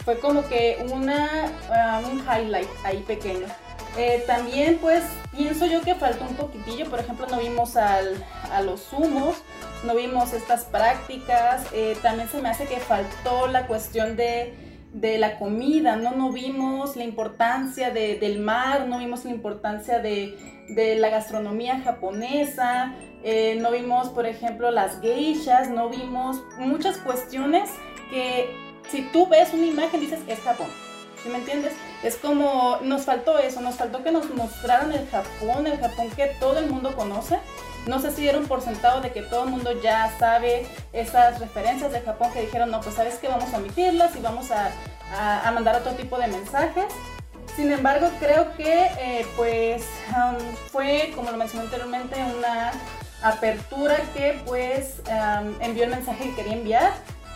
fue como que una, uh, un highlight ahí pequeño. Eh, también pues pienso yo que faltó un poquitillo, por ejemplo no vimos al, a los sumos, no vimos estas prácticas, eh, también se me hace que faltó la cuestión de, de la comida, ¿no? No vimos la importancia de, del mar, no vimos la importancia de, de la gastronomía japonesa, eh, no vimos por ejemplo las geishas, no vimos muchas cuestiones que si tú ves una imagen dices es Japón. ¿Sí me entiendes? Es como, nos faltó eso, nos faltó que nos mostraran el Japón, el Japón que todo el mundo conoce. No sé si dieron por sentado de que todo el mundo ya sabe esas referencias de Japón que dijeron, no, pues sabes que vamos a omitirlas y vamos a, a, a mandar otro tipo de mensajes. Sin embargo, creo que eh, pues um, fue, como lo mencioné anteriormente, una apertura que pues um, envió el mensaje que quería enviar.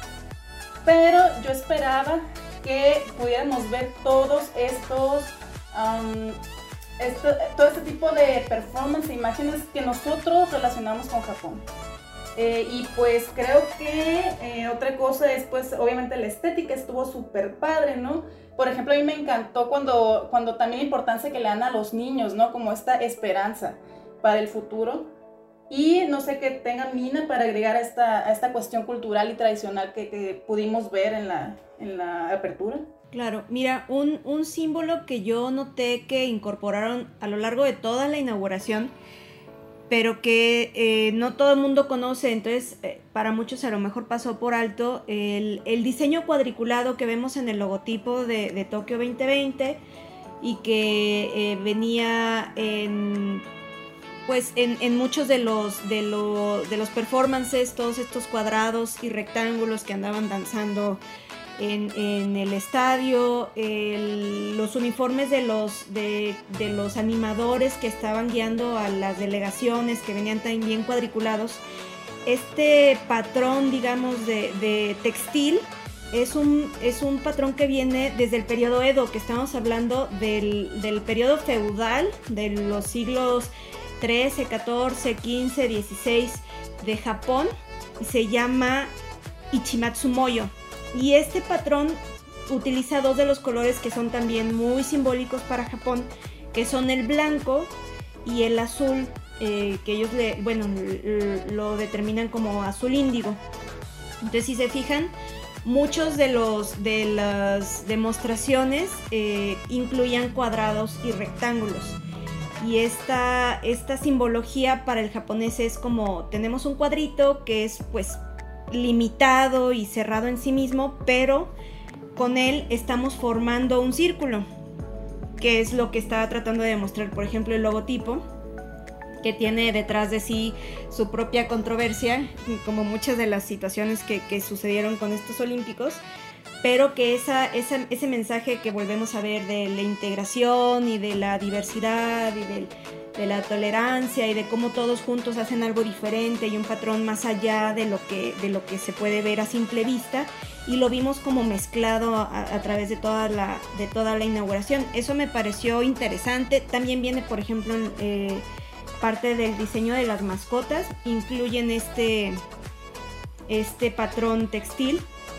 Pero yo esperaba que pudiéramos ver todos estos, um, esto, todo este tipo de performance e imágenes que nosotros relacionamos con Japón. Eh, y pues creo que eh, otra cosa es pues obviamente la estética estuvo súper padre, ¿no? Por ejemplo, a mí me encantó cuando, cuando también la importancia que le dan a los niños, ¿no? Como esta esperanza para el futuro. Y no sé qué tenga Mina para agregar a esta, a esta cuestión cultural y tradicional que, que pudimos ver en la, en la apertura. Claro, mira, un, un símbolo que yo noté que incorporaron a lo largo de toda la inauguración, pero que eh, no todo el mundo conoce, entonces eh, para muchos a lo mejor pasó por alto, el, el diseño cuadriculado que vemos en el logotipo de, de Tokio veinte veinte y que eh, venía en... pues en, en muchos de los, de, lo, de los performances, todos estos cuadrados y rectángulos que andaban danzando en, en el estadio, el, los uniformes de los, de, de los animadores que estaban guiando a las delegaciones, que venían también bien cuadriculados. Este patrón, digamos, de, de textil es un, es un patrón que viene desde el periodo Edo, que estamos hablando del, del periodo feudal de los siglos trece, catorce, quince, dieciséis de Japón. Se llama Ichimatsumoyo. Y este patrón utiliza dos de los colores que son también muy simbólicos para Japón, que son el blanco y el azul, eh, que ellos le, bueno, lo determinan como azul índigo. Entonces, si se fijan, muchos de, los, de las demostraciones eh, incluían cuadrados y rectángulos. Y esta, esta simbología para el japonés es como, tenemos un cuadrito que es pues limitado y cerrado en sí mismo, pero con él estamos formando un círculo, que es lo que estaba tratando de demostrar, por ejemplo, el logotipo, que tiene detrás de sí su propia controversia, como muchas de las situaciones que, que sucedieron con estos olímpicos, pero que esa, esa, ese mensaje que volvemos a ver de la integración y de la diversidad y de, de la tolerancia y de cómo todos juntos hacen algo diferente y un patrón más allá de lo que, de lo que se puede ver a simple vista, y lo vimos como mezclado a, a través de toda, la, de toda la inauguración. Eso me pareció interesante. También viene, por ejemplo, eh, parte del diseño de las mascotas, incluyen este, este patrón textil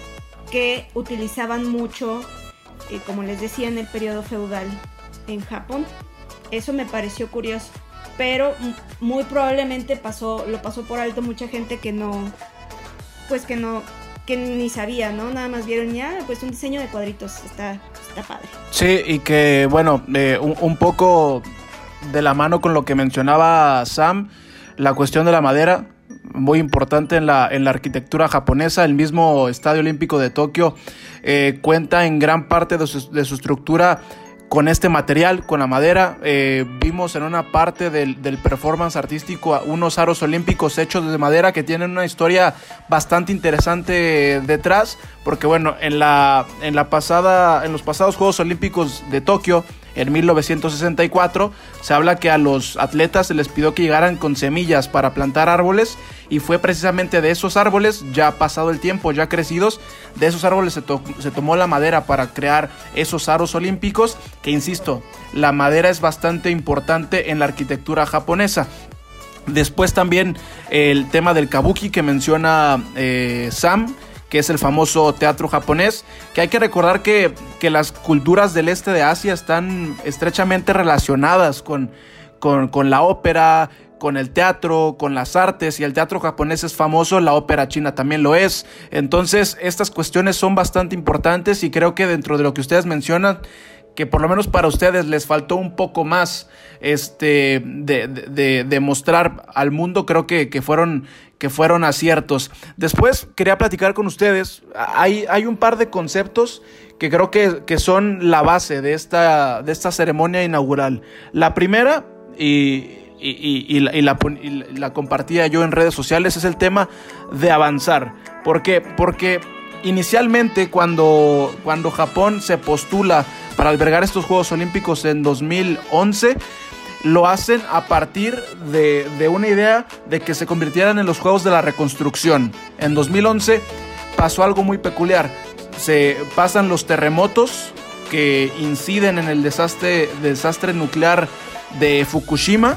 que utilizaban mucho, eh, como les decía, en el periodo feudal en Japón. Eso me pareció curioso, pero muy probablemente pasó, lo pasó por alto mucha gente que no, pues que no, que ni sabía, ¿no? Nada más vieron ya, pues un diseño de cuadritos, está, está padre. Sí, y que bueno, eh, un, un poco de la mano con lo que mencionaba Sam, la cuestión de la madera, muy importante en la, en la arquitectura japonesa. El mismo Estadio Olímpico de Tokio eh, cuenta en gran parte de su, de su estructura con este material, con la madera. Eh, vimos en una parte del, del performance artístico unos aros olímpicos hechos de madera que tienen una historia bastante interesante detrás, porque bueno, en la, en la pasada, en los pasados Juegos Olímpicos de Tokio, en mil novecientos sesenta y cuatro, se habla que a los atletas se les pidió que llegaran con semillas para plantar árboles, y fue precisamente de esos árboles, ya pasado el tiempo, ya crecidos, de esos árboles se, to- se tomó la madera para crear esos aros olímpicos, que insisto, la madera es bastante importante en la arquitectura japonesa. Después también el tema del kabuki que menciona eh, Sam, que es el famoso teatro japonés, que hay que recordar que, que las culturas del este de Asia están estrechamente relacionadas con, con, con la ópera, con el teatro, con las artes, y el teatro japonés es famoso, la ópera china también lo es. Entonces estas cuestiones son bastante importantes, y creo que dentro de lo que ustedes mencionan, que por lo menos para ustedes les faltó un poco más este, de, de, de, de mostrar al mundo, creo que, que, fueron, que fueron aciertos. Después quería platicar con ustedes, hay, hay un par de conceptos que creo que, que son la base de esta, de esta ceremonia inaugural. La primera, y... Y, y, y, la, y, la, y la compartía yo en redes sociales, es el tema de avanzar. ¿Por qué? Porque inicialmente cuando, cuando Japón se postula para albergar estos Juegos Olímpicos en dos mil once, lo hacen a partir de, de una idea de que se convirtieran en los Juegos de la Reconstrucción. En dos mil once pasó algo muy peculiar. Se pasan los terremotos que inciden en el desastre, desastre nuclear de Fukushima,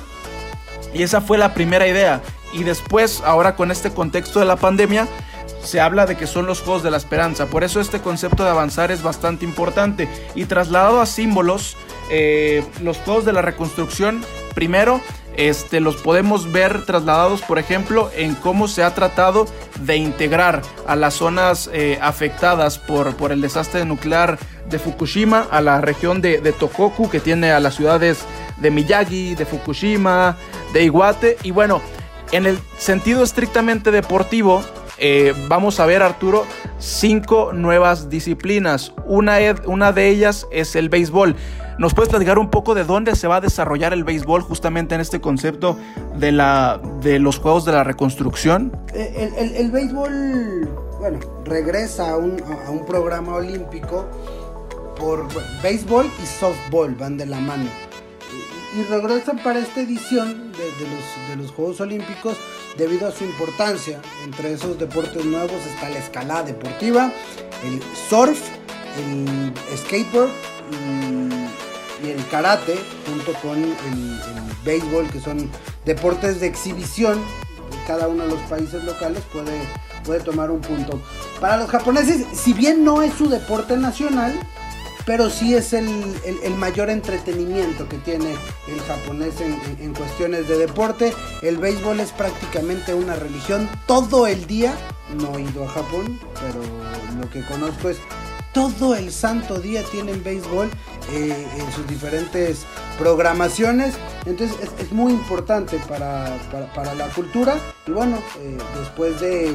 y esa fue la primera idea. Y después, ahora con este contexto de la pandemia, se habla de que son los Juegos de la Esperanza. Por eso este concepto de avanzar es bastante importante. Y trasladado a símbolos, eh, los Juegos de la Reconstrucción, primero, este, los podemos ver trasladados, por ejemplo, en cómo se ha tratado de integrar a las zonas eh, afectadas por, por el desastre nuclear de Fukushima, a la región de, de Tohoku, que tiene a las ciudades de Miyagi, de Fukushima, de Iwate. Y bueno, en el sentido estrictamente deportivo, eh, vamos a ver, Arturo, cinco nuevas disciplinas. Una, una de ellas es el béisbol. ¿Nos puedes platicar un poco de dónde se va a desarrollar el béisbol justamente en este concepto de, la, de los Juegos de la Reconstrucción? El, el, el béisbol, bueno, regresa a un, a un programa olímpico por bueno, béisbol y softball, van de la mano. Y, y regresan para esta edición de, de, los, de los Juegos Olímpicos debido a su importancia. Entre esos deportes nuevos está la escalada deportiva, el surf, el skateboard y, y el karate, junto con el, el béisbol, que son deportes de exhibición. Cada uno de los países locales puede, puede tomar un punto. Para los japoneses, si bien no es su deporte nacional, pero sí es el, el, el mayor entretenimiento que tiene el japonés en, en, en cuestiones de deporte. El béisbol es prácticamente una religión todo el día. No he ido a Japón, pero lo que conozco es todo el santo día tienen béisbol eh, en sus diferentes programaciones. Entonces es, es muy importante para, para, para la cultura. Y bueno, eh, después de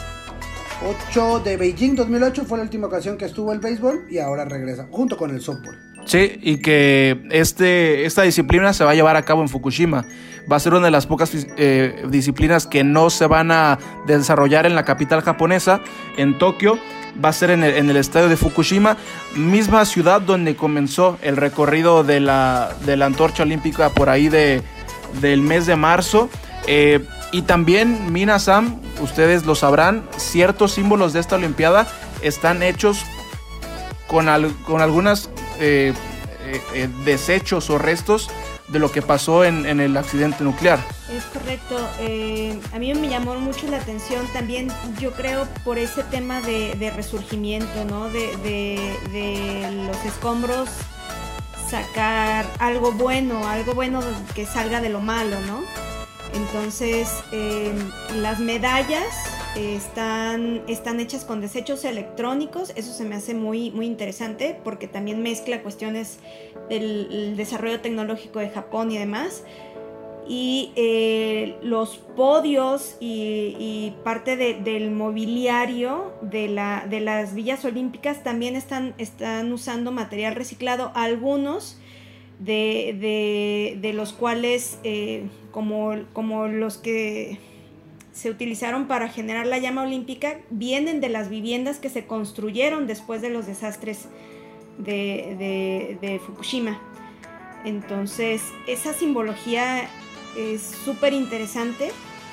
ocho de Beijing dos mil ocho fue la última ocasión que estuvo el béisbol, y ahora regresa junto con el softball. Sí, y que este, esta disciplina se va a llevar a cabo en Fukushima. Va a ser una de las pocas eh, disciplinas que no se van a desarrollar en la capital japonesa, en Tokio. Va a ser en el, en el estadio de Fukushima, misma ciudad donde comenzó el recorrido de la, de la antorcha olímpica por ahí de, del mes de marzo. Eh, y también, Mina-san, ustedes lo sabrán, ciertos símbolos de esta olimpiada están hechos con, al, con algunos eh, eh, eh, desechos o restos de lo que pasó en, en el accidente nuclear. Es correcto. Eh, a mí me llamó mucho la atención también, yo creo, por ese tema de, de resurgimiento, ¿no? De, de, de los escombros sacar algo bueno, algo bueno que salga de lo malo, ¿no? Entonces, eh, las medallas eh, están, están hechas con desechos electrónicos. Eso se me hace muy, muy interesante, porque también mezcla cuestiones del desarrollo tecnológico de Japón y demás. Y eh, los podios y, y parte de, del mobiliario de, la, de las villas olímpicas también están, están usando material reciclado. Algunos de, de, de los cuales, eh, como, como los que se utilizaron para generar la llama olímpica, vienen de las viviendas que se construyeron después de los desastres de, de, de Fukushima. Entonces, esa simbología es súper interesante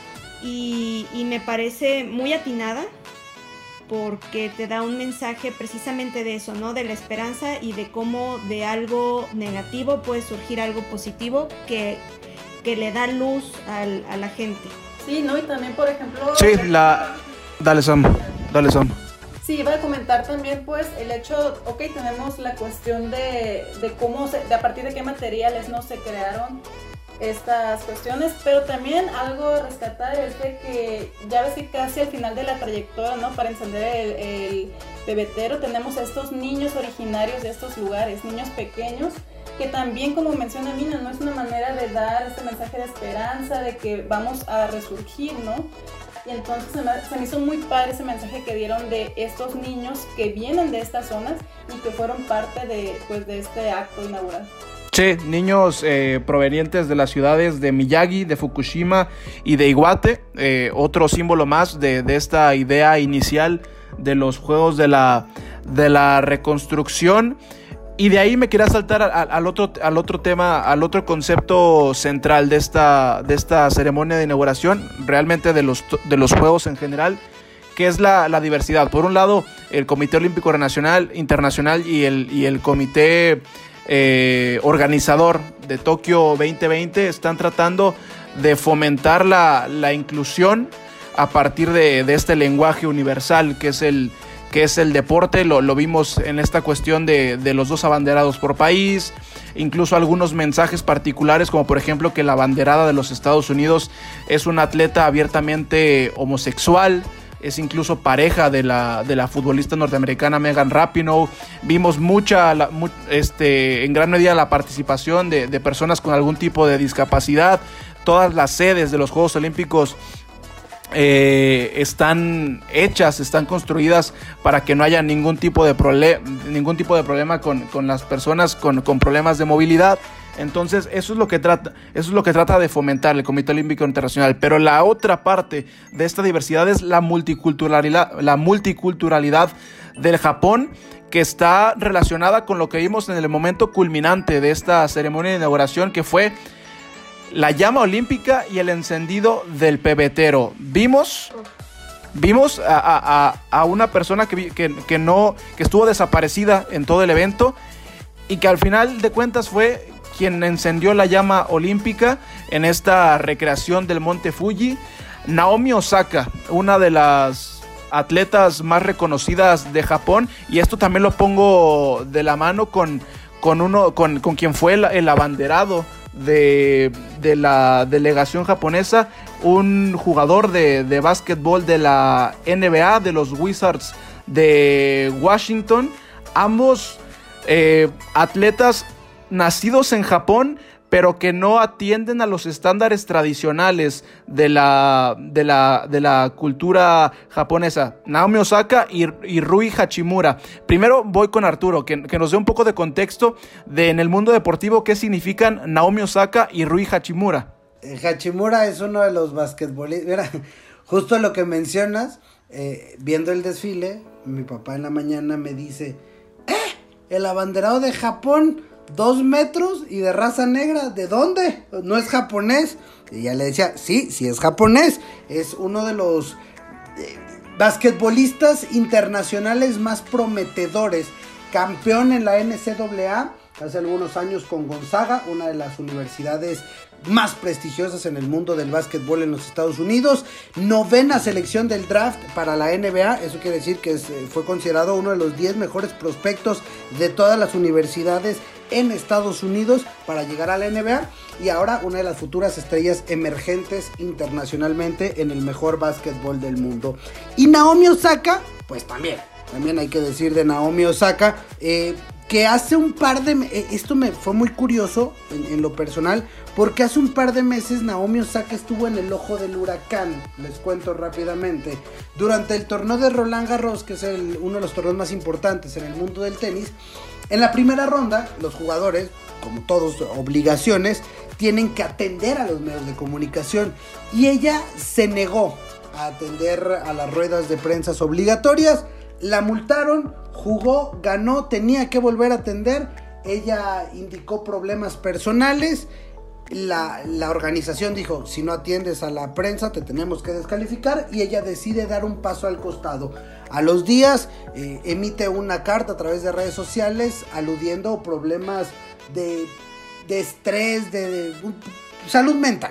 y, y me parece muy atinada, porque te da un mensaje precisamente de eso, ¿no? De la esperanza y de cómo de algo negativo puede surgir algo positivo que, que le da luz al, a la gente. Sí, ¿no? Y también, por ejemplo... Sí, la... Dale, Sam. Dale, Sam. Sí, iba a comentar también pues el hecho, ok, tenemos la cuestión de, de cómo, se, de a partir de qué materiales no se crearon estas cuestiones, pero también algo a rescatar es de que ya ves que casi al final de la trayectoria, ¿no? Para encender el, el pebetero tenemos a estos niños originarios de estos lugares, niños pequeños, que también, como menciona Mina, no es una manera de dar este mensaje de esperanza, de que vamos a resurgir, ¿no? Y entonces se me, se me hizo muy padre ese mensaje que dieron de estos niños que vienen de estas zonas y que fueron parte de, pues, de este acto inaugural. Sí, niños eh, provenientes de las ciudades de Miyagi, de Fukushima y de Iwate, eh, otro símbolo más de, de esta idea inicial de los Juegos de la, de la Reconstrucción. Y de ahí me quería saltar al, al, otro, al otro tema, al otro concepto central de esta, de esta ceremonia de inauguración, realmente de los, de los Juegos en general, que es la, la diversidad. Por un lado, el Comité Olímpico Nacional, Internacional y el, y el Comité eh, Organizador de Tokio veinte veinte están tratando de fomentar la, la inclusión a partir de, de este lenguaje universal que es el que es el deporte. Lo, lo vimos en esta cuestión de, de los dos abanderados por país, incluso algunos mensajes particulares, como por ejemplo que la abanderada de los Estados Unidos es una atleta abiertamente homosexual, es incluso pareja de la, de la futbolista norteamericana Megan Rapinoe. Vimos mucha, la, mu, este, en gran medida la participación de, de personas con algún tipo de discapacidad. Todas las sedes de los Juegos Olímpicos Eh, están hechas, están construidas para que no haya ningún tipo de, prole- ningún tipo de problema con, con las personas con, con problemas de movilidad. Entonces eso es lo que trata, eso es lo que trata de fomentar el Comité Olímpico Internacional. Pero la otra parte de esta diversidad es la multiculturalidad, la multiculturalidad del Japón, que está relacionada con lo que vimos en el momento culminante de esta ceremonia de inauguración, que fue la llama olímpica y el encendido del pebetero. Vimos, vimos a, a, a una persona que, que, que, no, que estuvo desaparecida en todo el evento y que al final de cuentas fue quien encendió la llama olímpica en esta recreación del Monte Fuji. Naomi Osaka, una de las atletas más reconocidas de Japón, y esto también lo pongo de la mano con, con, uno, con, con quien fue el, el abanderado De, de la delegación japonesa, un jugador de, de básquetbol de la N B A, de los Wizards de Washington, ambos eh, atletas nacidos en Japón, pero que no atienden a los estándares tradicionales de la, de la, de la cultura japonesa. Naomi Osaka y, y Rui Hachimura. Primero voy con Arturo, que, que nos dé un poco de contexto de en el mundo deportivo qué significan Naomi Osaka y Rui Hachimura. Hachimura es uno de los basquetbolistas. Mira, justo lo que mencionas, eh, viendo el desfile, mi papá en la mañana me dice, ¡eh! El abanderado de Japón, dos metros y de raza negra, ¿de dónde? ¿No es japonés? Y ya le decía, sí, sí es japonés, es uno de los eh, basquetbolistas internacionales más prometedores, campeón en la N C A A hace algunos años con Gonzaga, una de las universidades más prestigiosas en el mundo del básquetbol en los Estados Unidos, novena selección del draft para la N B A, eso quiere decir que es, fue considerado uno de los diez mejores prospectos de todas las universidades en Estados Unidos para llegar a la N B A, y ahora una de las futuras estrellas emergentes internacionalmente en el mejor básquetbol del mundo. Y Naomi Osaka, pues también, también hay que decir de Naomi Osaka, eh, que hace un par de... Eh, esto me fue muy curioso en, en lo personal, porque hace un par de meses Naomi Osaka estuvo en el ojo del huracán, les cuento rápidamente. Durante el torneo de Roland Garros, que es el, uno de los torneos más importantes en el mundo del tenis, en la primera ronda, los jugadores, como todos, obligaciones, tienen que atender a los medios de comunicación. Y ella se negó a atender a las ruedas de prensa obligatorias. La multaron, jugó, ganó, tenía que volver a atender. Ella indicó problemas personales. La, la organización dijo, si no atiendes a la prensa te tenemos que descalificar, y ella decide dar un paso al costado. A los días eh, emite una carta a través de redes sociales aludiendo a problemas de, de estrés, de, de, de salud mental,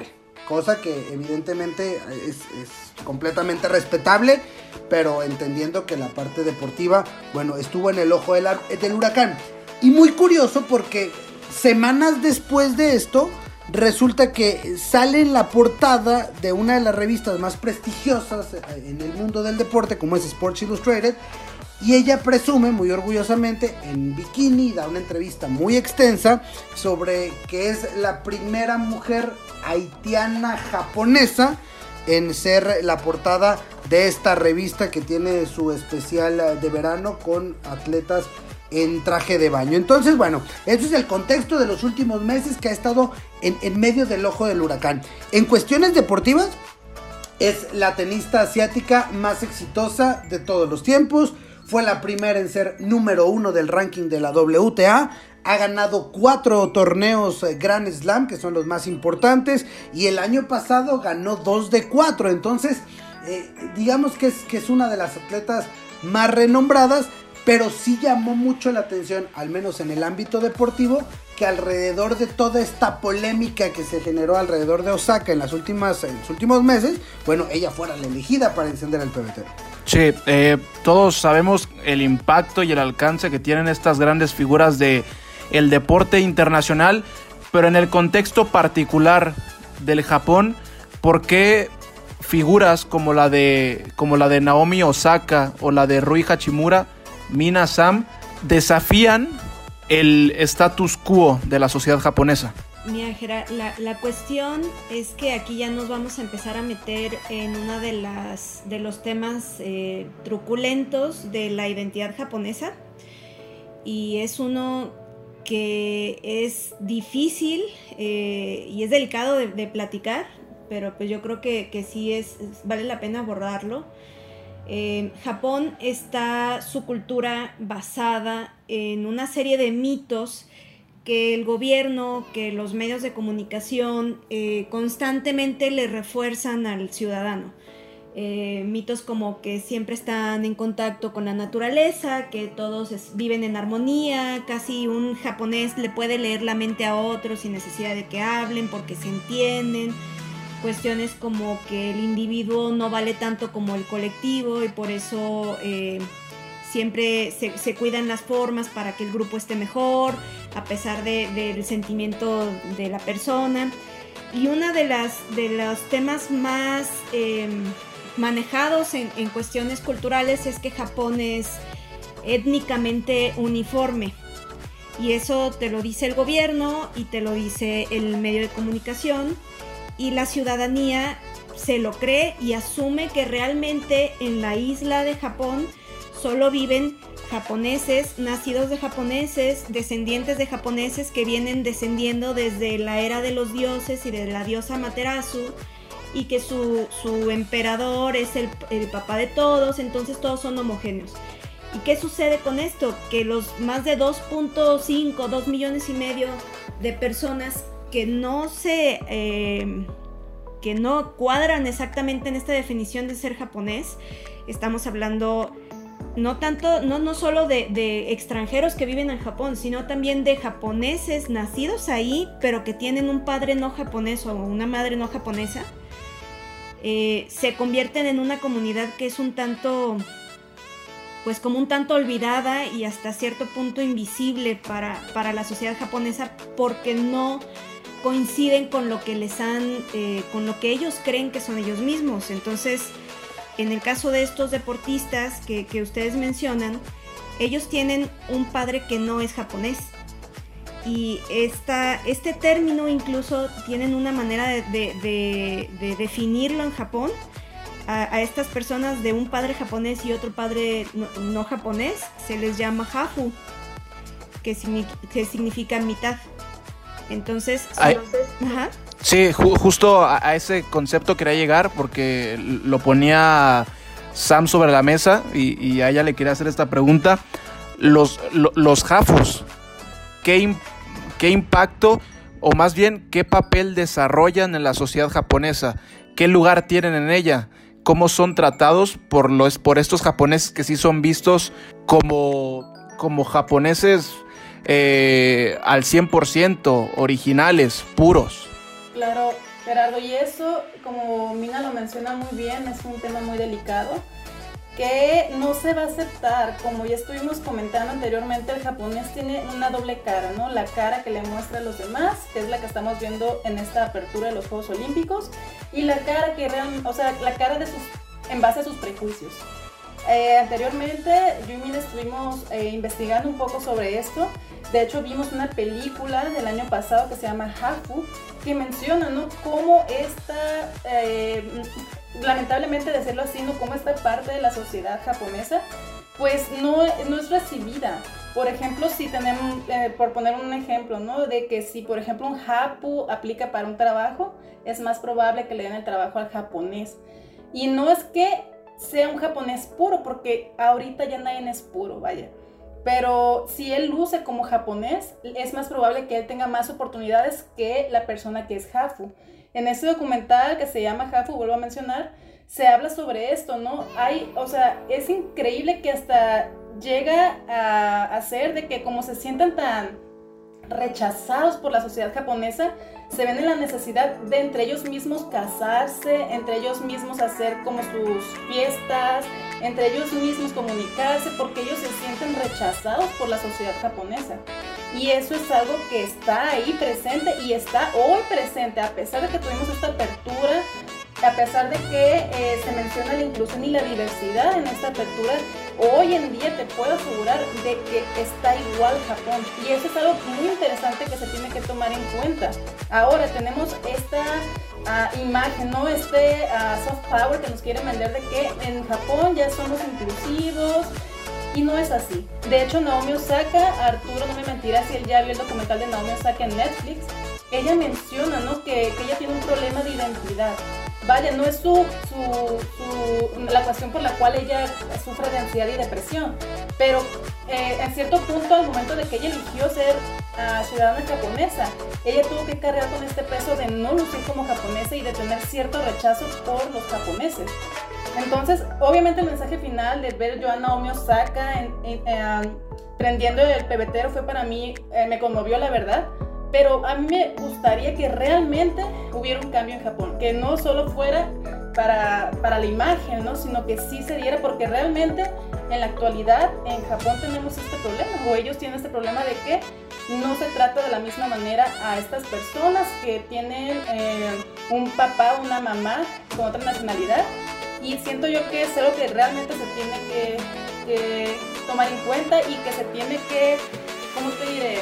cosa que evidentemente es, es completamente respetable, pero entendiendo que la parte deportiva, bueno, estuvo en el ojo del, del huracán. Y muy curioso porque semanas después de esto, resulta que sale en la portada de una de las revistas más prestigiosas en el mundo del deporte, como es Sports Illustrated, y ella presume muy orgullosamente en bikini, da una entrevista muy extensa sobre que es la primera mujer haitiana japonesa en ser la portada de esta revista que tiene su especial de verano con atletas en traje de baño. Entonces, bueno, ese es el contexto de los últimos meses que ha estado en, en medio del ojo del huracán. En cuestiones deportivas, es la tenista asiática más exitosa de todos los tiempos. Fue la primera en ser número uno del ranking de la W T A. Ha ganado cuatro torneos Grand Slam, que son los más importantes. Y el año pasado ganó dos de cuatro. Entonces, eh, digamos que es, que es una de las atletas más renombradas. Pero sí llamó mucho la atención, al menos en el ámbito deportivo, que alrededor de toda esta polémica que se generó alrededor de Osaka en, las últimas, en los últimos meses, bueno, ella fuera la elegida para encender el P B T. Sí, eh, todos sabemos el impacto y el alcance que tienen estas grandes figuras de el deporte internacional, pero en el contexto particular del Japón, ¿por qué figuras como la de, como la de Naomi Osaka o la de Rui Hachimura, Mina Sam, desafían el status quo de la sociedad japonesa? Mira, Gerard, la, la cuestión es que aquí ya nos vamos a empezar a meter en uno de las de los temas eh, truculentos de la identidad japonesa, y es uno que es difícil eh, y es delicado de, de platicar, pero pues yo creo que, que sí es, vale la pena abordarlo. Eh, Japón está su cultura basada en una serie de mitos que el gobierno, que los medios de comunicación eh, constantemente le refuerzan al ciudadano. Eh, mitos como que siempre están en contacto con la naturaleza, que todos es, viven en armonía, casi un japonés le puede leer la mente a otro sin necesidad de que hablen porque se entienden. Cuestiones como que el individuo no vale tanto como el colectivo y por eso eh, siempre se, se cuidan las formas para que el grupo esté mejor, a pesar de, del sentimiento de la persona. Y uno de, las, de los temas más eh, manejados en, en cuestiones culturales es que Japón es étnicamente uniforme. Y eso te lo dice el gobierno y te lo dice el medio de comunicación. Y la ciudadanía se lo cree y asume que realmente en la isla de Japón solo viven japoneses, nacidos de japoneses, descendientes de japoneses que vienen descendiendo desde la era de los dioses y de la diosa Amaterasu, y que su, su emperador es el, el papá de todos, entonces todos son homogéneos. ¿Y qué sucede con esto? Que los más de dos punto cinco, dos millones y medio de personas que no se eh, que no cuadran exactamente en esta definición de ser japonés, estamos hablando no tanto, no, no solo de, de extranjeros que viven en Japón, sino también de japoneses nacidos ahí, pero que tienen un padre no japonés o una madre no japonesa, eh, se convierten en una comunidad que es un tanto, pues como un tanto olvidada y hasta cierto punto invisible para, para la sociedad japonesa, porque no coinciden con lo que les han, eh, con lo que ellos creen que son ellos mismos. Entonces, en el caso de estos deportistas que, que ustedes mencionan, ellos tienen un padre que no es japonés. Y esta, este término incluso tienen una manera de, de, de, de definirlo en Japón. A, a estas personas de un padre japonés y otro padre no, no japonés se les llama hafu, que, signi- que significa mitad. Entonces, Ay, entonces ajá. Sí, ju- justo a, a ese concepto quería llegar porque lo ponía Sam sobre la mesa y, y a ella le quería hacer esta pregunta. Los, lo, los hafus, ¿qué, im- ¿qué impacto o más bien qué papel desarrollan en la sociedad japonesa? ¿Qué lugar tienen en ella? ¿Cómo son tratados por, los, por estos japoneses que sí son vistos como, como japoneses eh, al cien por ciento originales, puros? Claro, Gerardo, y eso, como Mina lo menciona muy bien, es un tema muy delicado que no se va a aceptar. Como ya estuvimos comentando anteriormente, el japonés tiene una doble cara, ¿no? La cara que le muestra a los demás, que es la que estamos viendo en esta apertura de los Juegos Olímpicos, y la cara que realmente, o sea, la cara de sus, en base a sus prejuicios. Eh, anteriormente, yo y Mina estuvimos eh, investigando un poco sobre esto. De hecho, vimos una película del año pasado que se llama Hafu, que menciona, ¿no?, cómo esta, eh, lamentablemente decirlo así, ¿no?, cómo esta parte de la sociedad japonesa, pues no, no es recibida. Por ejemplo, si tenemos, eh, por poner un ejemplo, ¿no?, de que si, por ejemplo, un Hapu aplica para un trabajo, es más probable que le den el trabajo al japonés. Y no es que sea un japonés puro, porque ahorita ya nadie es puro, vaya. Pero si él luce como japonés, es más probable que él tenga más oportunidades que la persona que es Hafu. En este documental que se llama Hafu, vuelvo a mencionar, se habla sobre esto, ¿no? Hay, o sea, es increíble que hasta llega a, a ser de que como se sientan tan rechazados por la sociedad japonesa, se ven en la necesidad de entre ellos mismos casarse, entre ellos mismos hacer como sus fiestas, entre ellos mismos comunicarse, porque ellos se sienten rechazados por la sociedad japonesa. Y eso es algo que está ahí presente y está hoy presente, a pesar de que tuvimos esta apertura, a pesar de que eh, se menciona la inclusión y la diversidad en esta apertura. Hoy en día te puedo asegurar de que está igual Japón, y eso es algo muy interesante que se tiene que tomar en cuenta. Ahora tenemos esta uh, imagen, ¿no?, este uh, soft power que nos quieren vender de que en Japón ya somos inclusivos, y no es así. De hecho, Naomi Osaka, Arturo no me mentirá si él ya vio el documental de Naomi Osaka en Netflix, ella menciona, ¿no?, que, que ella tiene un problema de identidad. Vaya, no es su, su, su, la cuestión por la cual ella sufre de ansiedad y depresión, pero eh, en cierto punto, al momento de que ella eligió ser uh, ciudadana japonesa, ella tuvo que cargar con este peso de no lucir como japonesa y de tener cierto rechazo por los japoneses. Entonces, obviamente el mensaje final de ver yo a Naomi Osaka en, en, en, prendiendo el pebetero fue para mí, eh, me conmovió, la verdad. Pero a mí me gustaría que realmente hubiera un cambio en Japón, que no solo fuera para, para la imagen, ¿no?, sino que sí se diera, porque realmente en la actualidad en Japón tenemos este problema, o ellos tienen este problema de que no se trata de la misma manera a estas personas que tienen eh, un papá o una mamá con otra nacionalidad, y siento yo que es algo que realmente se tiene que, que tomar en cuenta y que se tiene que, ¿cómo te diré?,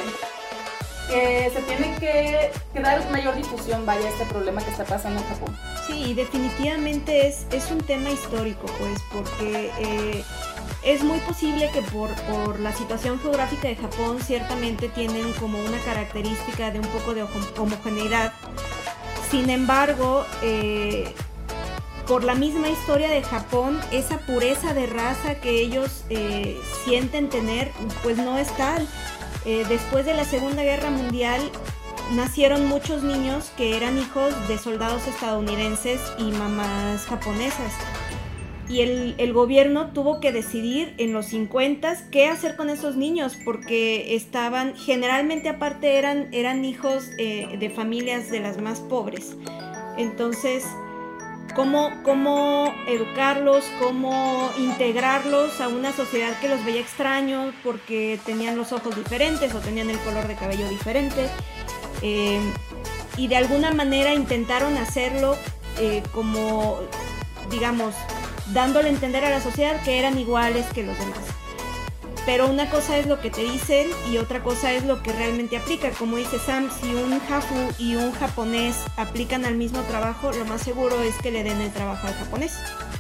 que se tiene que, que dar mayor difusión, vaya, a este problema que está pasando en Japón. Sí, definitivamente es, es un tema histórico, pues, porque eh, es muy posible que por, por la situación geográfica de Japón ciertamente tienen como una característica de un poco de homogeneidad. Sin embargo, eh, por la misma historia de Japón, esa pureza de raza que ellos eh, sienten tener, pues no es tal. Eh, después de la Segunda Guerra Mundial nacieron muchos niños que eran hijos de soldados estadounidenses y mamás japonesas, y el, el gobierno tuvo que decidir en los cincuenta qué hacer con esos niños, porque estaban, generalmente aparte eran, eran hijos eh, de familias de las más pobres. Entonces, Cómo, cómo educarlos, cómo integrarlos a una sociedad que los veía extraños porque tenían los ojos diferentes o tenían el color de cabello diferente, eh, y de alguna manera intentaron hacerlo eh, como, digamos, dándole a entender a la sociedad que eran iguales que los demás. Pero una cosa es lo que te dicen y otra cosa es lo que realmente aplica. Como dice Sam, si un Hafu y un japonés aplican al mismo trabajo, lo más seguro es que le den el trabajo al japonés.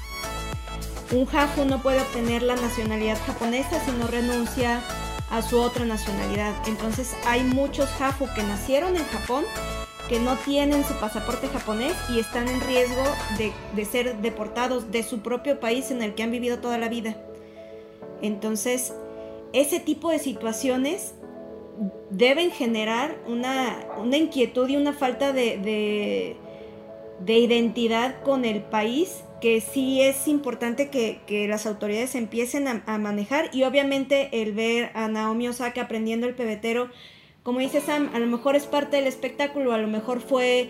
Un Hafu no puede obtener la nacionalidad japonesa si no renuncia a su otra nacionalidad. Entonces hay muchos Hafu que nacieron en Japón, que no tienen su pasaporte japonés y están en riesgo de, de ser deportados de su propio país en el que han vivido toda la vida. Entonces, ese tipo de situaciones deben generar una, una inquietud y una falta de, de, de identidad con el país, que sí es importante que, que las autoridades empiecen a, a manejar. Y obviamente el ver a Naomi Osaka aprendiendo el pebetero, como dice Sam, a lo mejor es parte del espectáculo, a lo mejor fue,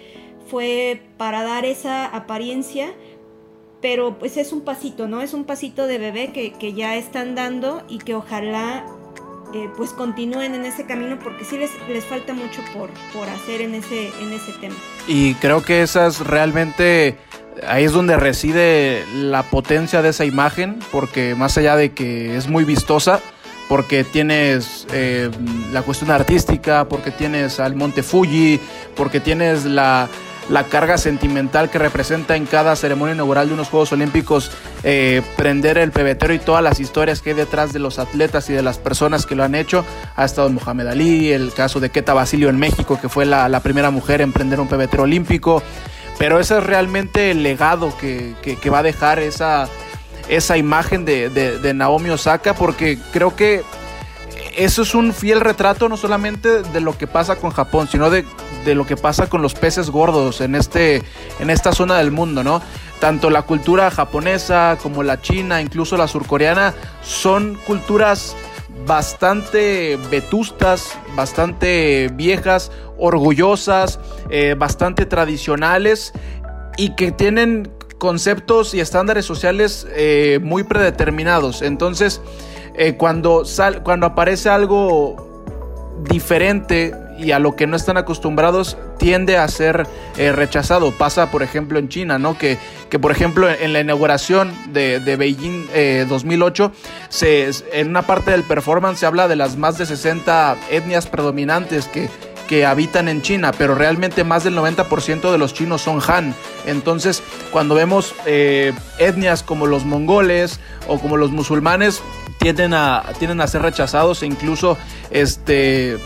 fue para dar esa apariencia, pero pues es un pasito, ¿no? Es un pasito de bebé que, que ya están dando y que ojalá eh, pues continúen en ese camino, porque sí les, les falta mucho por, por hacer en ese, en ese tema. Y creo que esas realmente, ahí es donde reside la potencia de esa imagen, porque más allá de que es muy vistosa, porque tienes eh, la cuestión artística, porque tienes al Monte Fuji, porque tienes la, la carga sentimental que representa en cada ceremonia inaugural de unos Juegos Olímpicos, eh, prender el pebetero y todas las historias que hay detrás de los atletas y de las personas que lo han hecho. Ha estado Mohamed Ali, el caso de Queta Basilio en México, que fue la, la primera mujer en prender un pebetero olímpico, pero ese es realmente el legado que, que, que va a dejar esa... esa imagen de, de, de Naomi Osaka, porque creo que eso es un fiel retrato no solamente de lo que pasa con Japón, sino de, de lo que pasa con los peces gordos en, este, en esta zona del mundo, ¿no? Tanto la cultura japonesa como la china, incluso la surcoreana, son culturas bastante vetustas, bastante viejas, orgullosas, eh, bastante tradicionales, y que tienen conceptos y estándares sociales eh, muy predeterminados. Entonces, eh, cuando, sal, cuando aparece algo diferente y a lo que no están acostumbrados, tiende a ser eh, rechazado. Pasa, por ejemplo, en China, ¿no? Que, que por ejemplo, en la inauguración de, de Beijing eh, dos mil ocho, se, en una parte del performance se habla de las más de sesenta etnias predominantes que que habitan en China, pero realmente más del noventa por ciento de los chinos son Han. Entonces, cuando vemos eh, etnias como los mongoles o como los musulmanes, tienden a, tienden a ser rechazados e incluso este,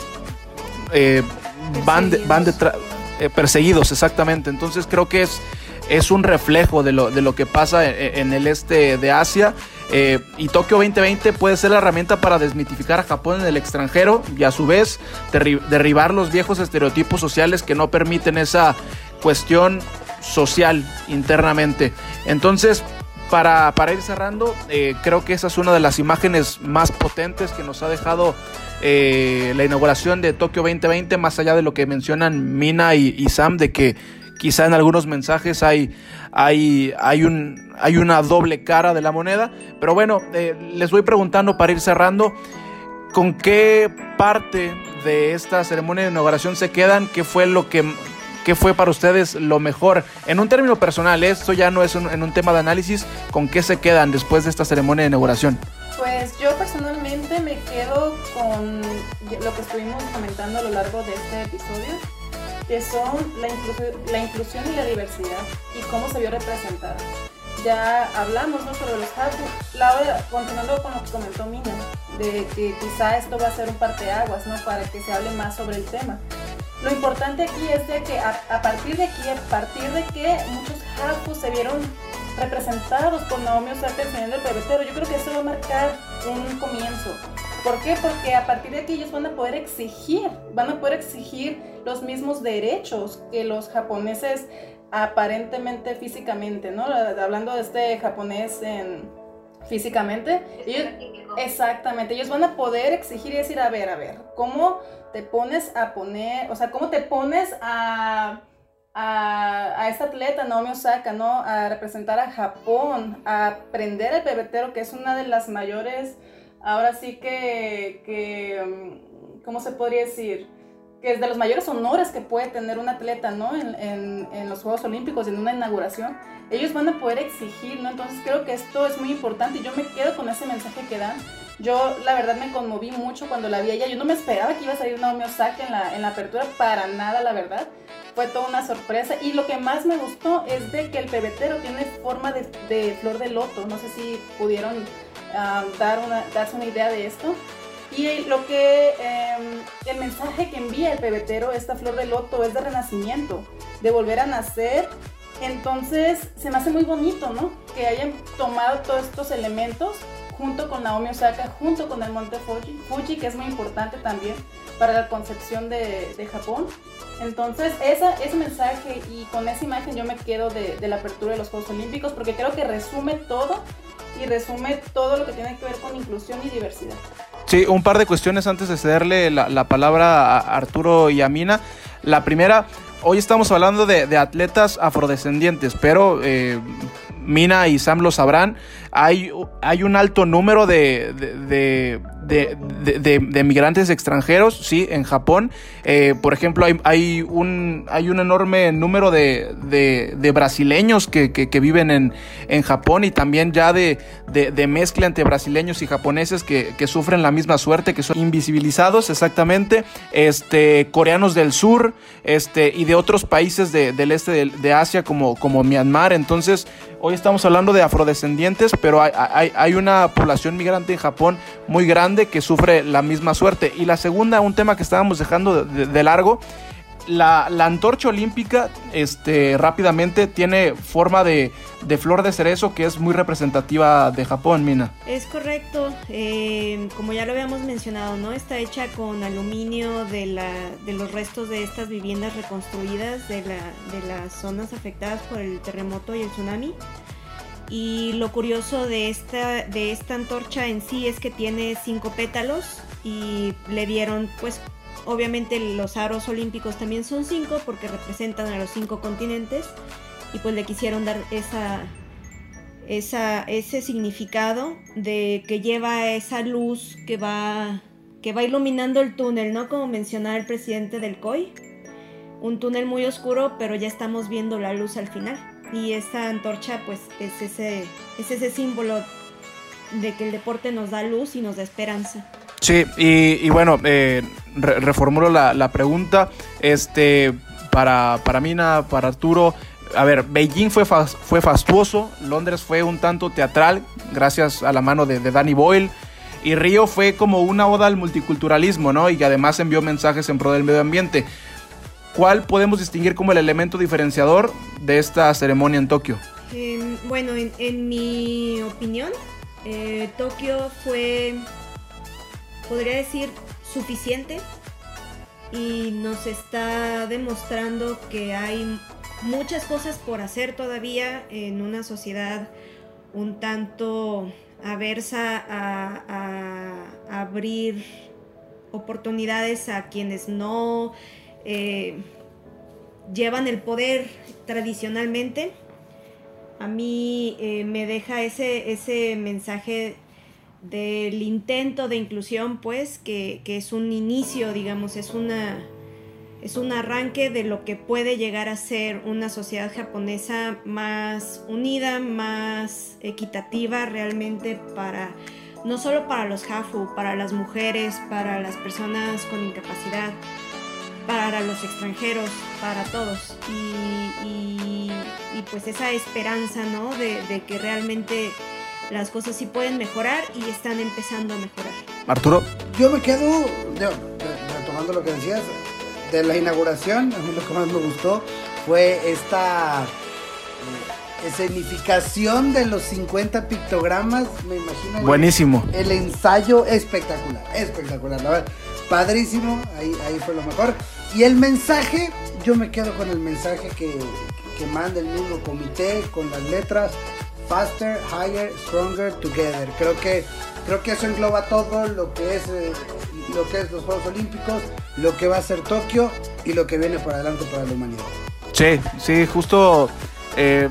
eh, van, de, van detrás, eh, perseguidos, exactamente. Entonces, creo que es, es un reflejo de lo, de lo que pasa en, en el este de Asia. Eh, y Tokio veinte veinte puede ser la herramienta para desmitificar a Japón en el extranjero y a su vez derri- derribar los viejos estereotipos sociales que no permiten esa cuestión social internamente. Entonces, para, para ir cerrando, eh, creo que esa es una de las imágenes más potentes que nos ha dejado eh, la inauguración de Tokio veinte veinte, más allá de lo que mencionan Mina y, y Sam, de que quizá en algunos mensajes hay, hay, hay, un, hay una doble cara de la moneda. Pero bueno, eh, les voy preguntando para ir cerrando, ¿con qué parte de esta ceremonia de inauguración se quedan? ¿Qué fue lo que, qué fue para ustedes lo mejor? En un término personal, esto ya no es un, en un tema de análisis, ¿con qué se quedan después de esta ceremonia de inauguración? Pues yo personalmente me quedo con lo que estuvimos comentando a lo largo de este episodio, que son la, inclu- la inclusión y la diversidad y cómo se vio representada. Ya hablamos, ¿no?, sobre los hapus. Laura, continuando con lo que comentó Mina, de que quizá esto va a ser un parteaguas, ¿no?, para que se hable más sobre el tema. Lo importante aquí es de que a, a partir de aquí, a partir de que muchos hapus se vieron representados por Naomi Osaka enseñando el pebetero, yo creo que eso va a marcar un comienzo. ¿Por qué? Porque a partir de aquí ellos van a poder exigir, van a poder exigir los mismos derechos que los japoneses aparentemente físicamente, ¿no? Hablando de este japonés en, físicamente, ellos, exactamente, ellos van a poder exigir y decir, a ver, a ver, ¿cómo te pones a poner, o sea, cómo te pones a... A, a esta atleta Naomi Osaka, ¿no?, a representar a Japón, a prender el pebetero, que es una de las mayores, ahora sí que, que ¿cómo se podría decir? Que es de los mayores honores que puede tener un atleta, ¿no?, en, en, en los Juegos Olímpicos, en una inauguración. Ellos van a poder exigir, ¿no? Entonces creo que esto es muy importante y yo me quedo con ese mensaje que dan. Yo la verdad me conmoví mucho cuando la vi a ella. Yo no me esperaba que iba a salir Naomi Osaka en la, en la apertura, para nada, la verdad. Fue toda una sorpresa y lo que más me gustó es de que el pebetero tiene forma de, de flor de loto. No sé si pudieron uh, dar una, darse una idea de esto. Y lo que, eh, el mensaje que envía el pebetero, esta flor de loto, es de renacimiento, de volver a nacer. Entonces se me hace muy bonito, ¿no?, que hayan tomado todos estos elementos junto con Naomi Osaka, junto con el Monte Fuji, Fuji, que es muy importante también para la concepción de, de Japón. Entonces esa, ese mensaje y con esa imagen yo me quedo de, de la apertura de los Juegos Olímpicos, porque creo que resume todo y resume todo lo que tiene que ver con inclusión y diversidad. Sí, un par de cuestiones antes de cederle la, la palabra a Arturo y a Mina. La primera, hoy estamos hablando de, de atletas afrodescendientes, pero eh, Mina y Sam lo sabrán, hay, hay un alto número de, de, de, de, de, de, de migrantes extranjeros, sí, en Japón. Eh, por ejemplo, hay, hay, un, hay un enorme número de, de, de brasileños que, que, que viven en, en Japón, y también ya de, de, de mezcla entre brasileños y japoneses que, que sufren la misma suerte, que son invisibilizados, exactamente, este, coreanos del sur, este, y de otros países de, del este de, de Asia como, como Myanmar. Entonces, hoy estamos hablando de afrodescendientes, pero hay, hay, hay una población migrante en Japón muy grande que sufre la misma suerte. Y la segunda, un tema que estábamos dejando de, de, de largo, la, la antorcha olímpica, este, rápidamente, tiene forma de, de flor de cerezo, que es muy representativa de Japón, Mina. Es correcto, eh, como ya lo habíamos mencionado, ¿no? Está hecha con aluminio de, la, de los restos de estas viviendas reconstruidas de, la, de las zonas afectadas por el terremoto y el tsunami. Y lo curioso de esta, de esta antorcha en sí es que tiene cinco pétalos, y le dieron, pues, obviamente los aros olímpicos también son cinco porque representan a los cinco continentes, y pues le quisieron dar esa, esa, ese significado de que lleva esa luz que va, que va iluminando el túnel, ¿no? Como mencionaba el presidente del C O I, un túnel muy oscuro, pero ya estamos viendo la luz al final. Y esta antorcha, pues, es ese, es ese símbolo de que el deporte nos da luz y nos da esperanza. Sí, y, y bueno, eh, re reformulo la, la pregunta, este, para, para Mina, para Arturo. A ver, Beijing fue, fa fue fastuoso, Londres fue un tanto teatral, gracias a la mano de, de Danny Boyle, y Río fue como una oda al multiculturalismo, ¿no? Y que además envió mensajes en pro del medio ambiente. ¿Cuál podemos distinguir como el elemento diferenciador de esta ceremonia en Tokio? Eh, bueno, en, en mi opinión, eh, Tokio fue, podría decir, suficiente, y nos está demostrando que hay muchas cosas por hacer todavía en una sociedad un tanto aversa a, a, a abrir oportunidades a quienes no Eh, llevan el poder tradicionalmente. A mí eh, me deja ese, ese mensaje del intento de inclusión, pues, que, que es un inicio, digamos, es una, es un arranque de lo que puede llegar a ser una sociedad japonesa más unida, más equitativa realmente, para no solo para los hafu, para las mujeres, para las personas con incapacidad, para los extranjeros, para todos, y, y, y pues esa esperanza, ¿no? De, de que realmente las cosas sí pueden mejorar y están empezando a mejorar. Arturo. Yo me quedo, yo, retomando lo que decías, de la inauguración, a mí lo que más me gustó fue esta eh, escenificación de los cincuenta pictogramas, me imagino. Buenísimo. El, el ensayo espectacular, espectacular, la verdad. Padrísimo, ahí, ahí fue lo mejor. Y el mensaje, yo me quedo con el mensaje que, que manda el mismo comité, con las letras Faster, Higher, Stronger, Together. Creo que, creo que eso engloba todo lo que es eh, lo que es los Juegos Olímpicos, lo que va a ser Tokio y lo que viene por adelante para la humanidad. Sí, sí, justo eh,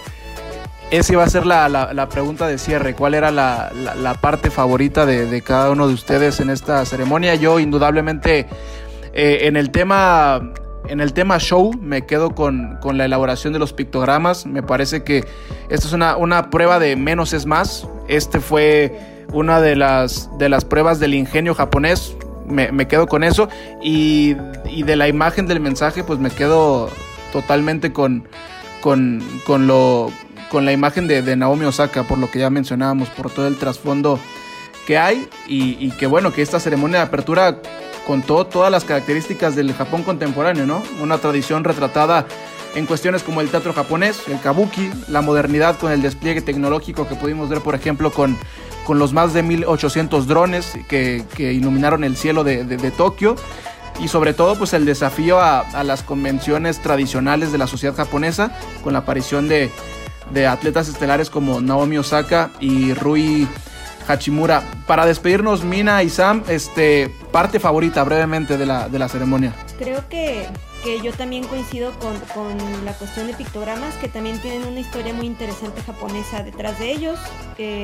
esa iba a ser la, la, la pregunta de cierre. ¿Cuál era la, la, la parte favorita de, de cada uno de ustedes en esta ceremonia? Yo indudablemente eh, en el tema en el tema show me quedo con, con la elaboración de los pictogramas. Me parece que esta es una, una prueba de menos es más. Este fue una de las, de las pruebas del ingenio japonés. Me, me quedo con eso. Y, y de la imagen del mensaje, pues me quedo totalmente con, con, con lo... con la imagen de, de Naomi Osaka, por lo que ya mencionábamos, por todo el trasfondo que hay, y, y que bueno, que esta ceremonia de apertura contó todas las características del Japón contemporáneo, ¿no? Una tradición retratada en cuestiones como el teatro japonés, el kabuki, la modernidad con el despliegue tecnológico que pudimos ver, por ejemplo, con, con los más de mil ochocientos drones que, que iluminaron el cielo de, de, de Tokio, y sobre todo pues el desafío a, a las convenciones tradicionales de la sociedad japonesa, con la aparición de de atletas estelares como Naomi Osaka y Rui Hachimura. Para despedirnos, Mina y Sam, este, parte favorita brevemente de la, de la ceremonia. Creo que, que yo también coincido con, con la cuestión de pictogramas, que también tienen una historia muy interesante japonesa detrás de ellos. Eh,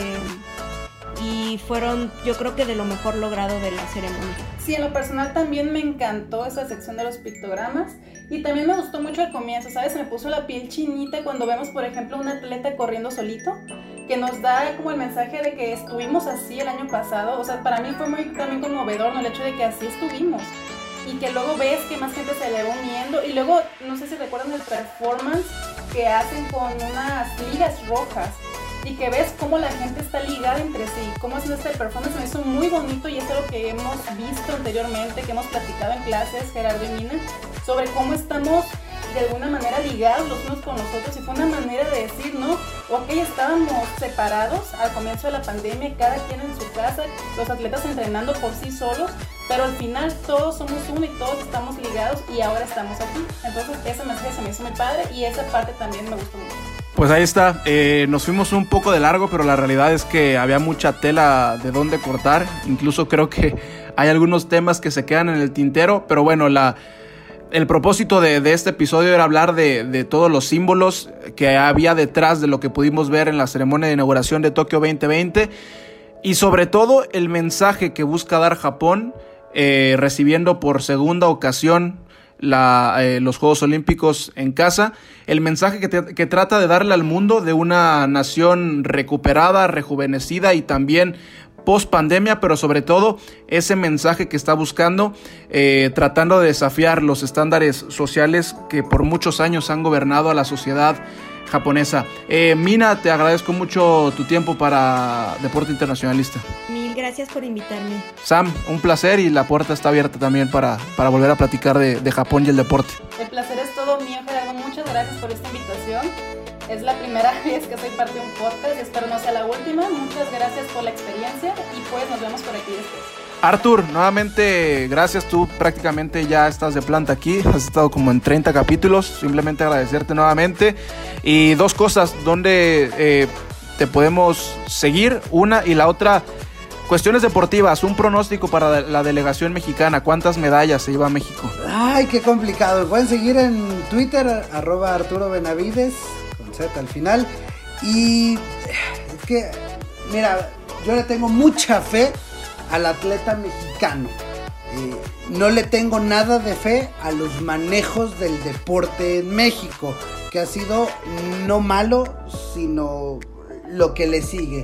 y fueron, yo creo que de lo mejor logrado de la ceremonia. Sí, en lo personal también me encantó esa sección de los pictogramas y también me gustó mucho al comienzo, ¿sabes? Me puso la piel chinita cuando vemos, por ejemplo, un atleta corriendo solito, que nos da como el mensaje de que estuvimos así el año pasado. O sea, para mí fue muy también conmovedor, ¿no? El hecho de que así estuvimos y que luego ves que más gente se le va uniendo y luego, no sé si recuerdan el performance que hacen con unas ligas rojas y que ves cómo la gente está ligada entre sí, cómo hacen este performance. Me hizo muy bonito y es algo que hemos visto anteriormente, que hemos platicado en clases, Gerardo y Mina, sobre cómo estamos de alguna manera ligados los unos con los otros, y fue una manera de decir, ¿no? Ok, estábamos separados al comienzo de la pandemia, cada quien en su casa, los atletas entrenando por sí solos, pero al final todos somos uno y todos estamos ligados y ahora estamos aquí. Entonces ese mensaje se me hizo muy padre y esa parte también me gustó mucho. Pues ahí está, eh, nos fuimos un poco de largo, pero la realidad es que había mucha tela de dónde cortar. Incluso creo que hay algunos temas que se quedan en el tintero, pero bueno, la, el propósito de, de este episodio era hablar de, de todos los símbolos que había detrás de lo que pudimos ver en la ceremonia de inauguración de Tokio veinte veinte y sobre todo el mensaje que busca dar Japón, eh, recibiendo por segunda ocasión La, eh, los Juegos Olímpicos en casa, el mensaje que, te, que trata de darle al mundo de una nación recuperada, rejuvenecida y también post pandemia, pero sobre todo ese mensaje que está buscando, eh, tratando de desafiar los estándares sociales que por muchos años han gobernado a la sociedad japonesa. Eh, Mina, te agradezco mucho tu tiempo para Deporte Internacionalista. Mil gracias por invitarme. Sam, un placer, y la puerta está abierta también para, para volver a platicar de, de Japón y el deporte. El placer es todo mío, Gerardo. Muchas gracias por esta invitación. Es la primera vez que soy parte de un podcast y espero no sea la última. Muchas gracias por la experiencia y pues nos vemos por aquí después. Artur, nuevamente gracias, tú prácticamente ya estás de planta aquí, has estado como en treinta capítulos, simplemente agradecerte nuevamente. Y dos cosas, donde eh, te podemos seguir, una y la otra, cuestiones deportivas, un pronóstico para la delegación mexicana, ¿cuántas medallas se lleva a México? Ay, qué complicado, me pueden seguir en Twitter, arroba Arturo Benavides, con Z al final, y es que, mira, yo le tengo mucha fe al atleta mexicano. Eh, no le tengo nada de fe a los manejos del deporte en México, que ha sido no malo, sino lo que le sigue.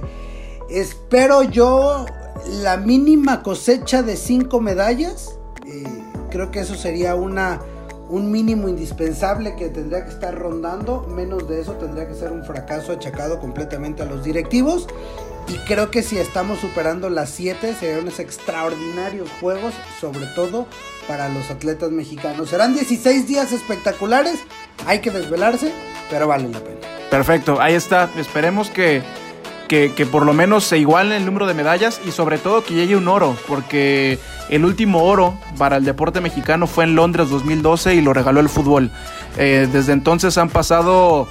Espero yo la mínima cosecha de cinco medallas. Eh, creo que eso sería una, un mínimo indispensable que tendría que estar rondando. Menos de eso tendría que ser un fracaso achacado completamente a los directivos. Y creo que si estamos superando las siete, serían unos extraordinarios juegos, sobre todo para los atletas mexicanos. Serán dieciséis días espectaculares, hay que desvelarse, pero vale la pena. Perfecto, ahí está, esperemos que, que, que por lo menos se iguale el número de medallas y sobre todo que llegue un oro, porque el último oro para el deporte mexicano fue en Londres dos mil doce y lo regaló el fútbol. Eh, desde entonces han pasado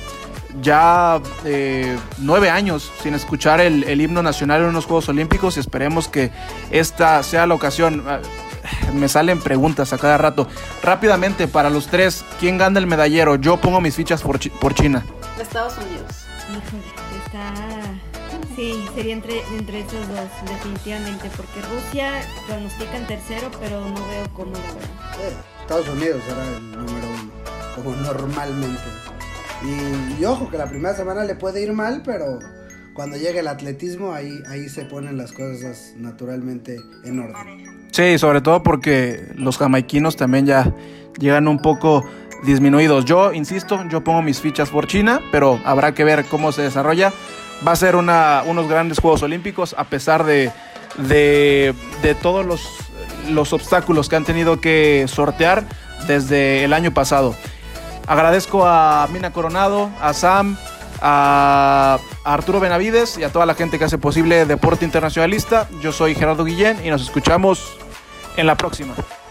ya eh, nueve años sin escuchar el, el himno nacional en unos Juegos Olímpicos y esperemos que esta sea la ocasión. Me salen preguntas a cada rato. Rápidamente, para los tres, ¿quién gana el medallero? Yo pongo mis fichas por, por China. Estados Unidos. Híjole, está... Sí, sería entre, entre esos dos, definitivamente, porque Rusia pronostican tercero, pero no veo cómo, la verdad. Eh, Estados Unidos era el número uno, como normalmente. Y, y ojo, que la primera semana le puede ir mal, pero cuando llegue el atletismo, ahí, ahí se ponen las cosas naturalmente en orden. Sí, sobre todo porque los jamaiquinos también ya llegan un poco disminuidos. Yo, insisto, yo pongo mis fichas por China, pero habrá que ver cómo se desarrolla. Va a ser una, unos grandes Juegos Olímpicos, a pesar de, de, de todos los, los obstáculos que han tenido que sortear desde el año pasado. Agradezco a Mina Coronado, a Sam, a Arturo Benavides y a toda la gente que hace posible Deporte Internacionalista. Yo soy Gerardo Guillén y nos escuchamos en la próxima.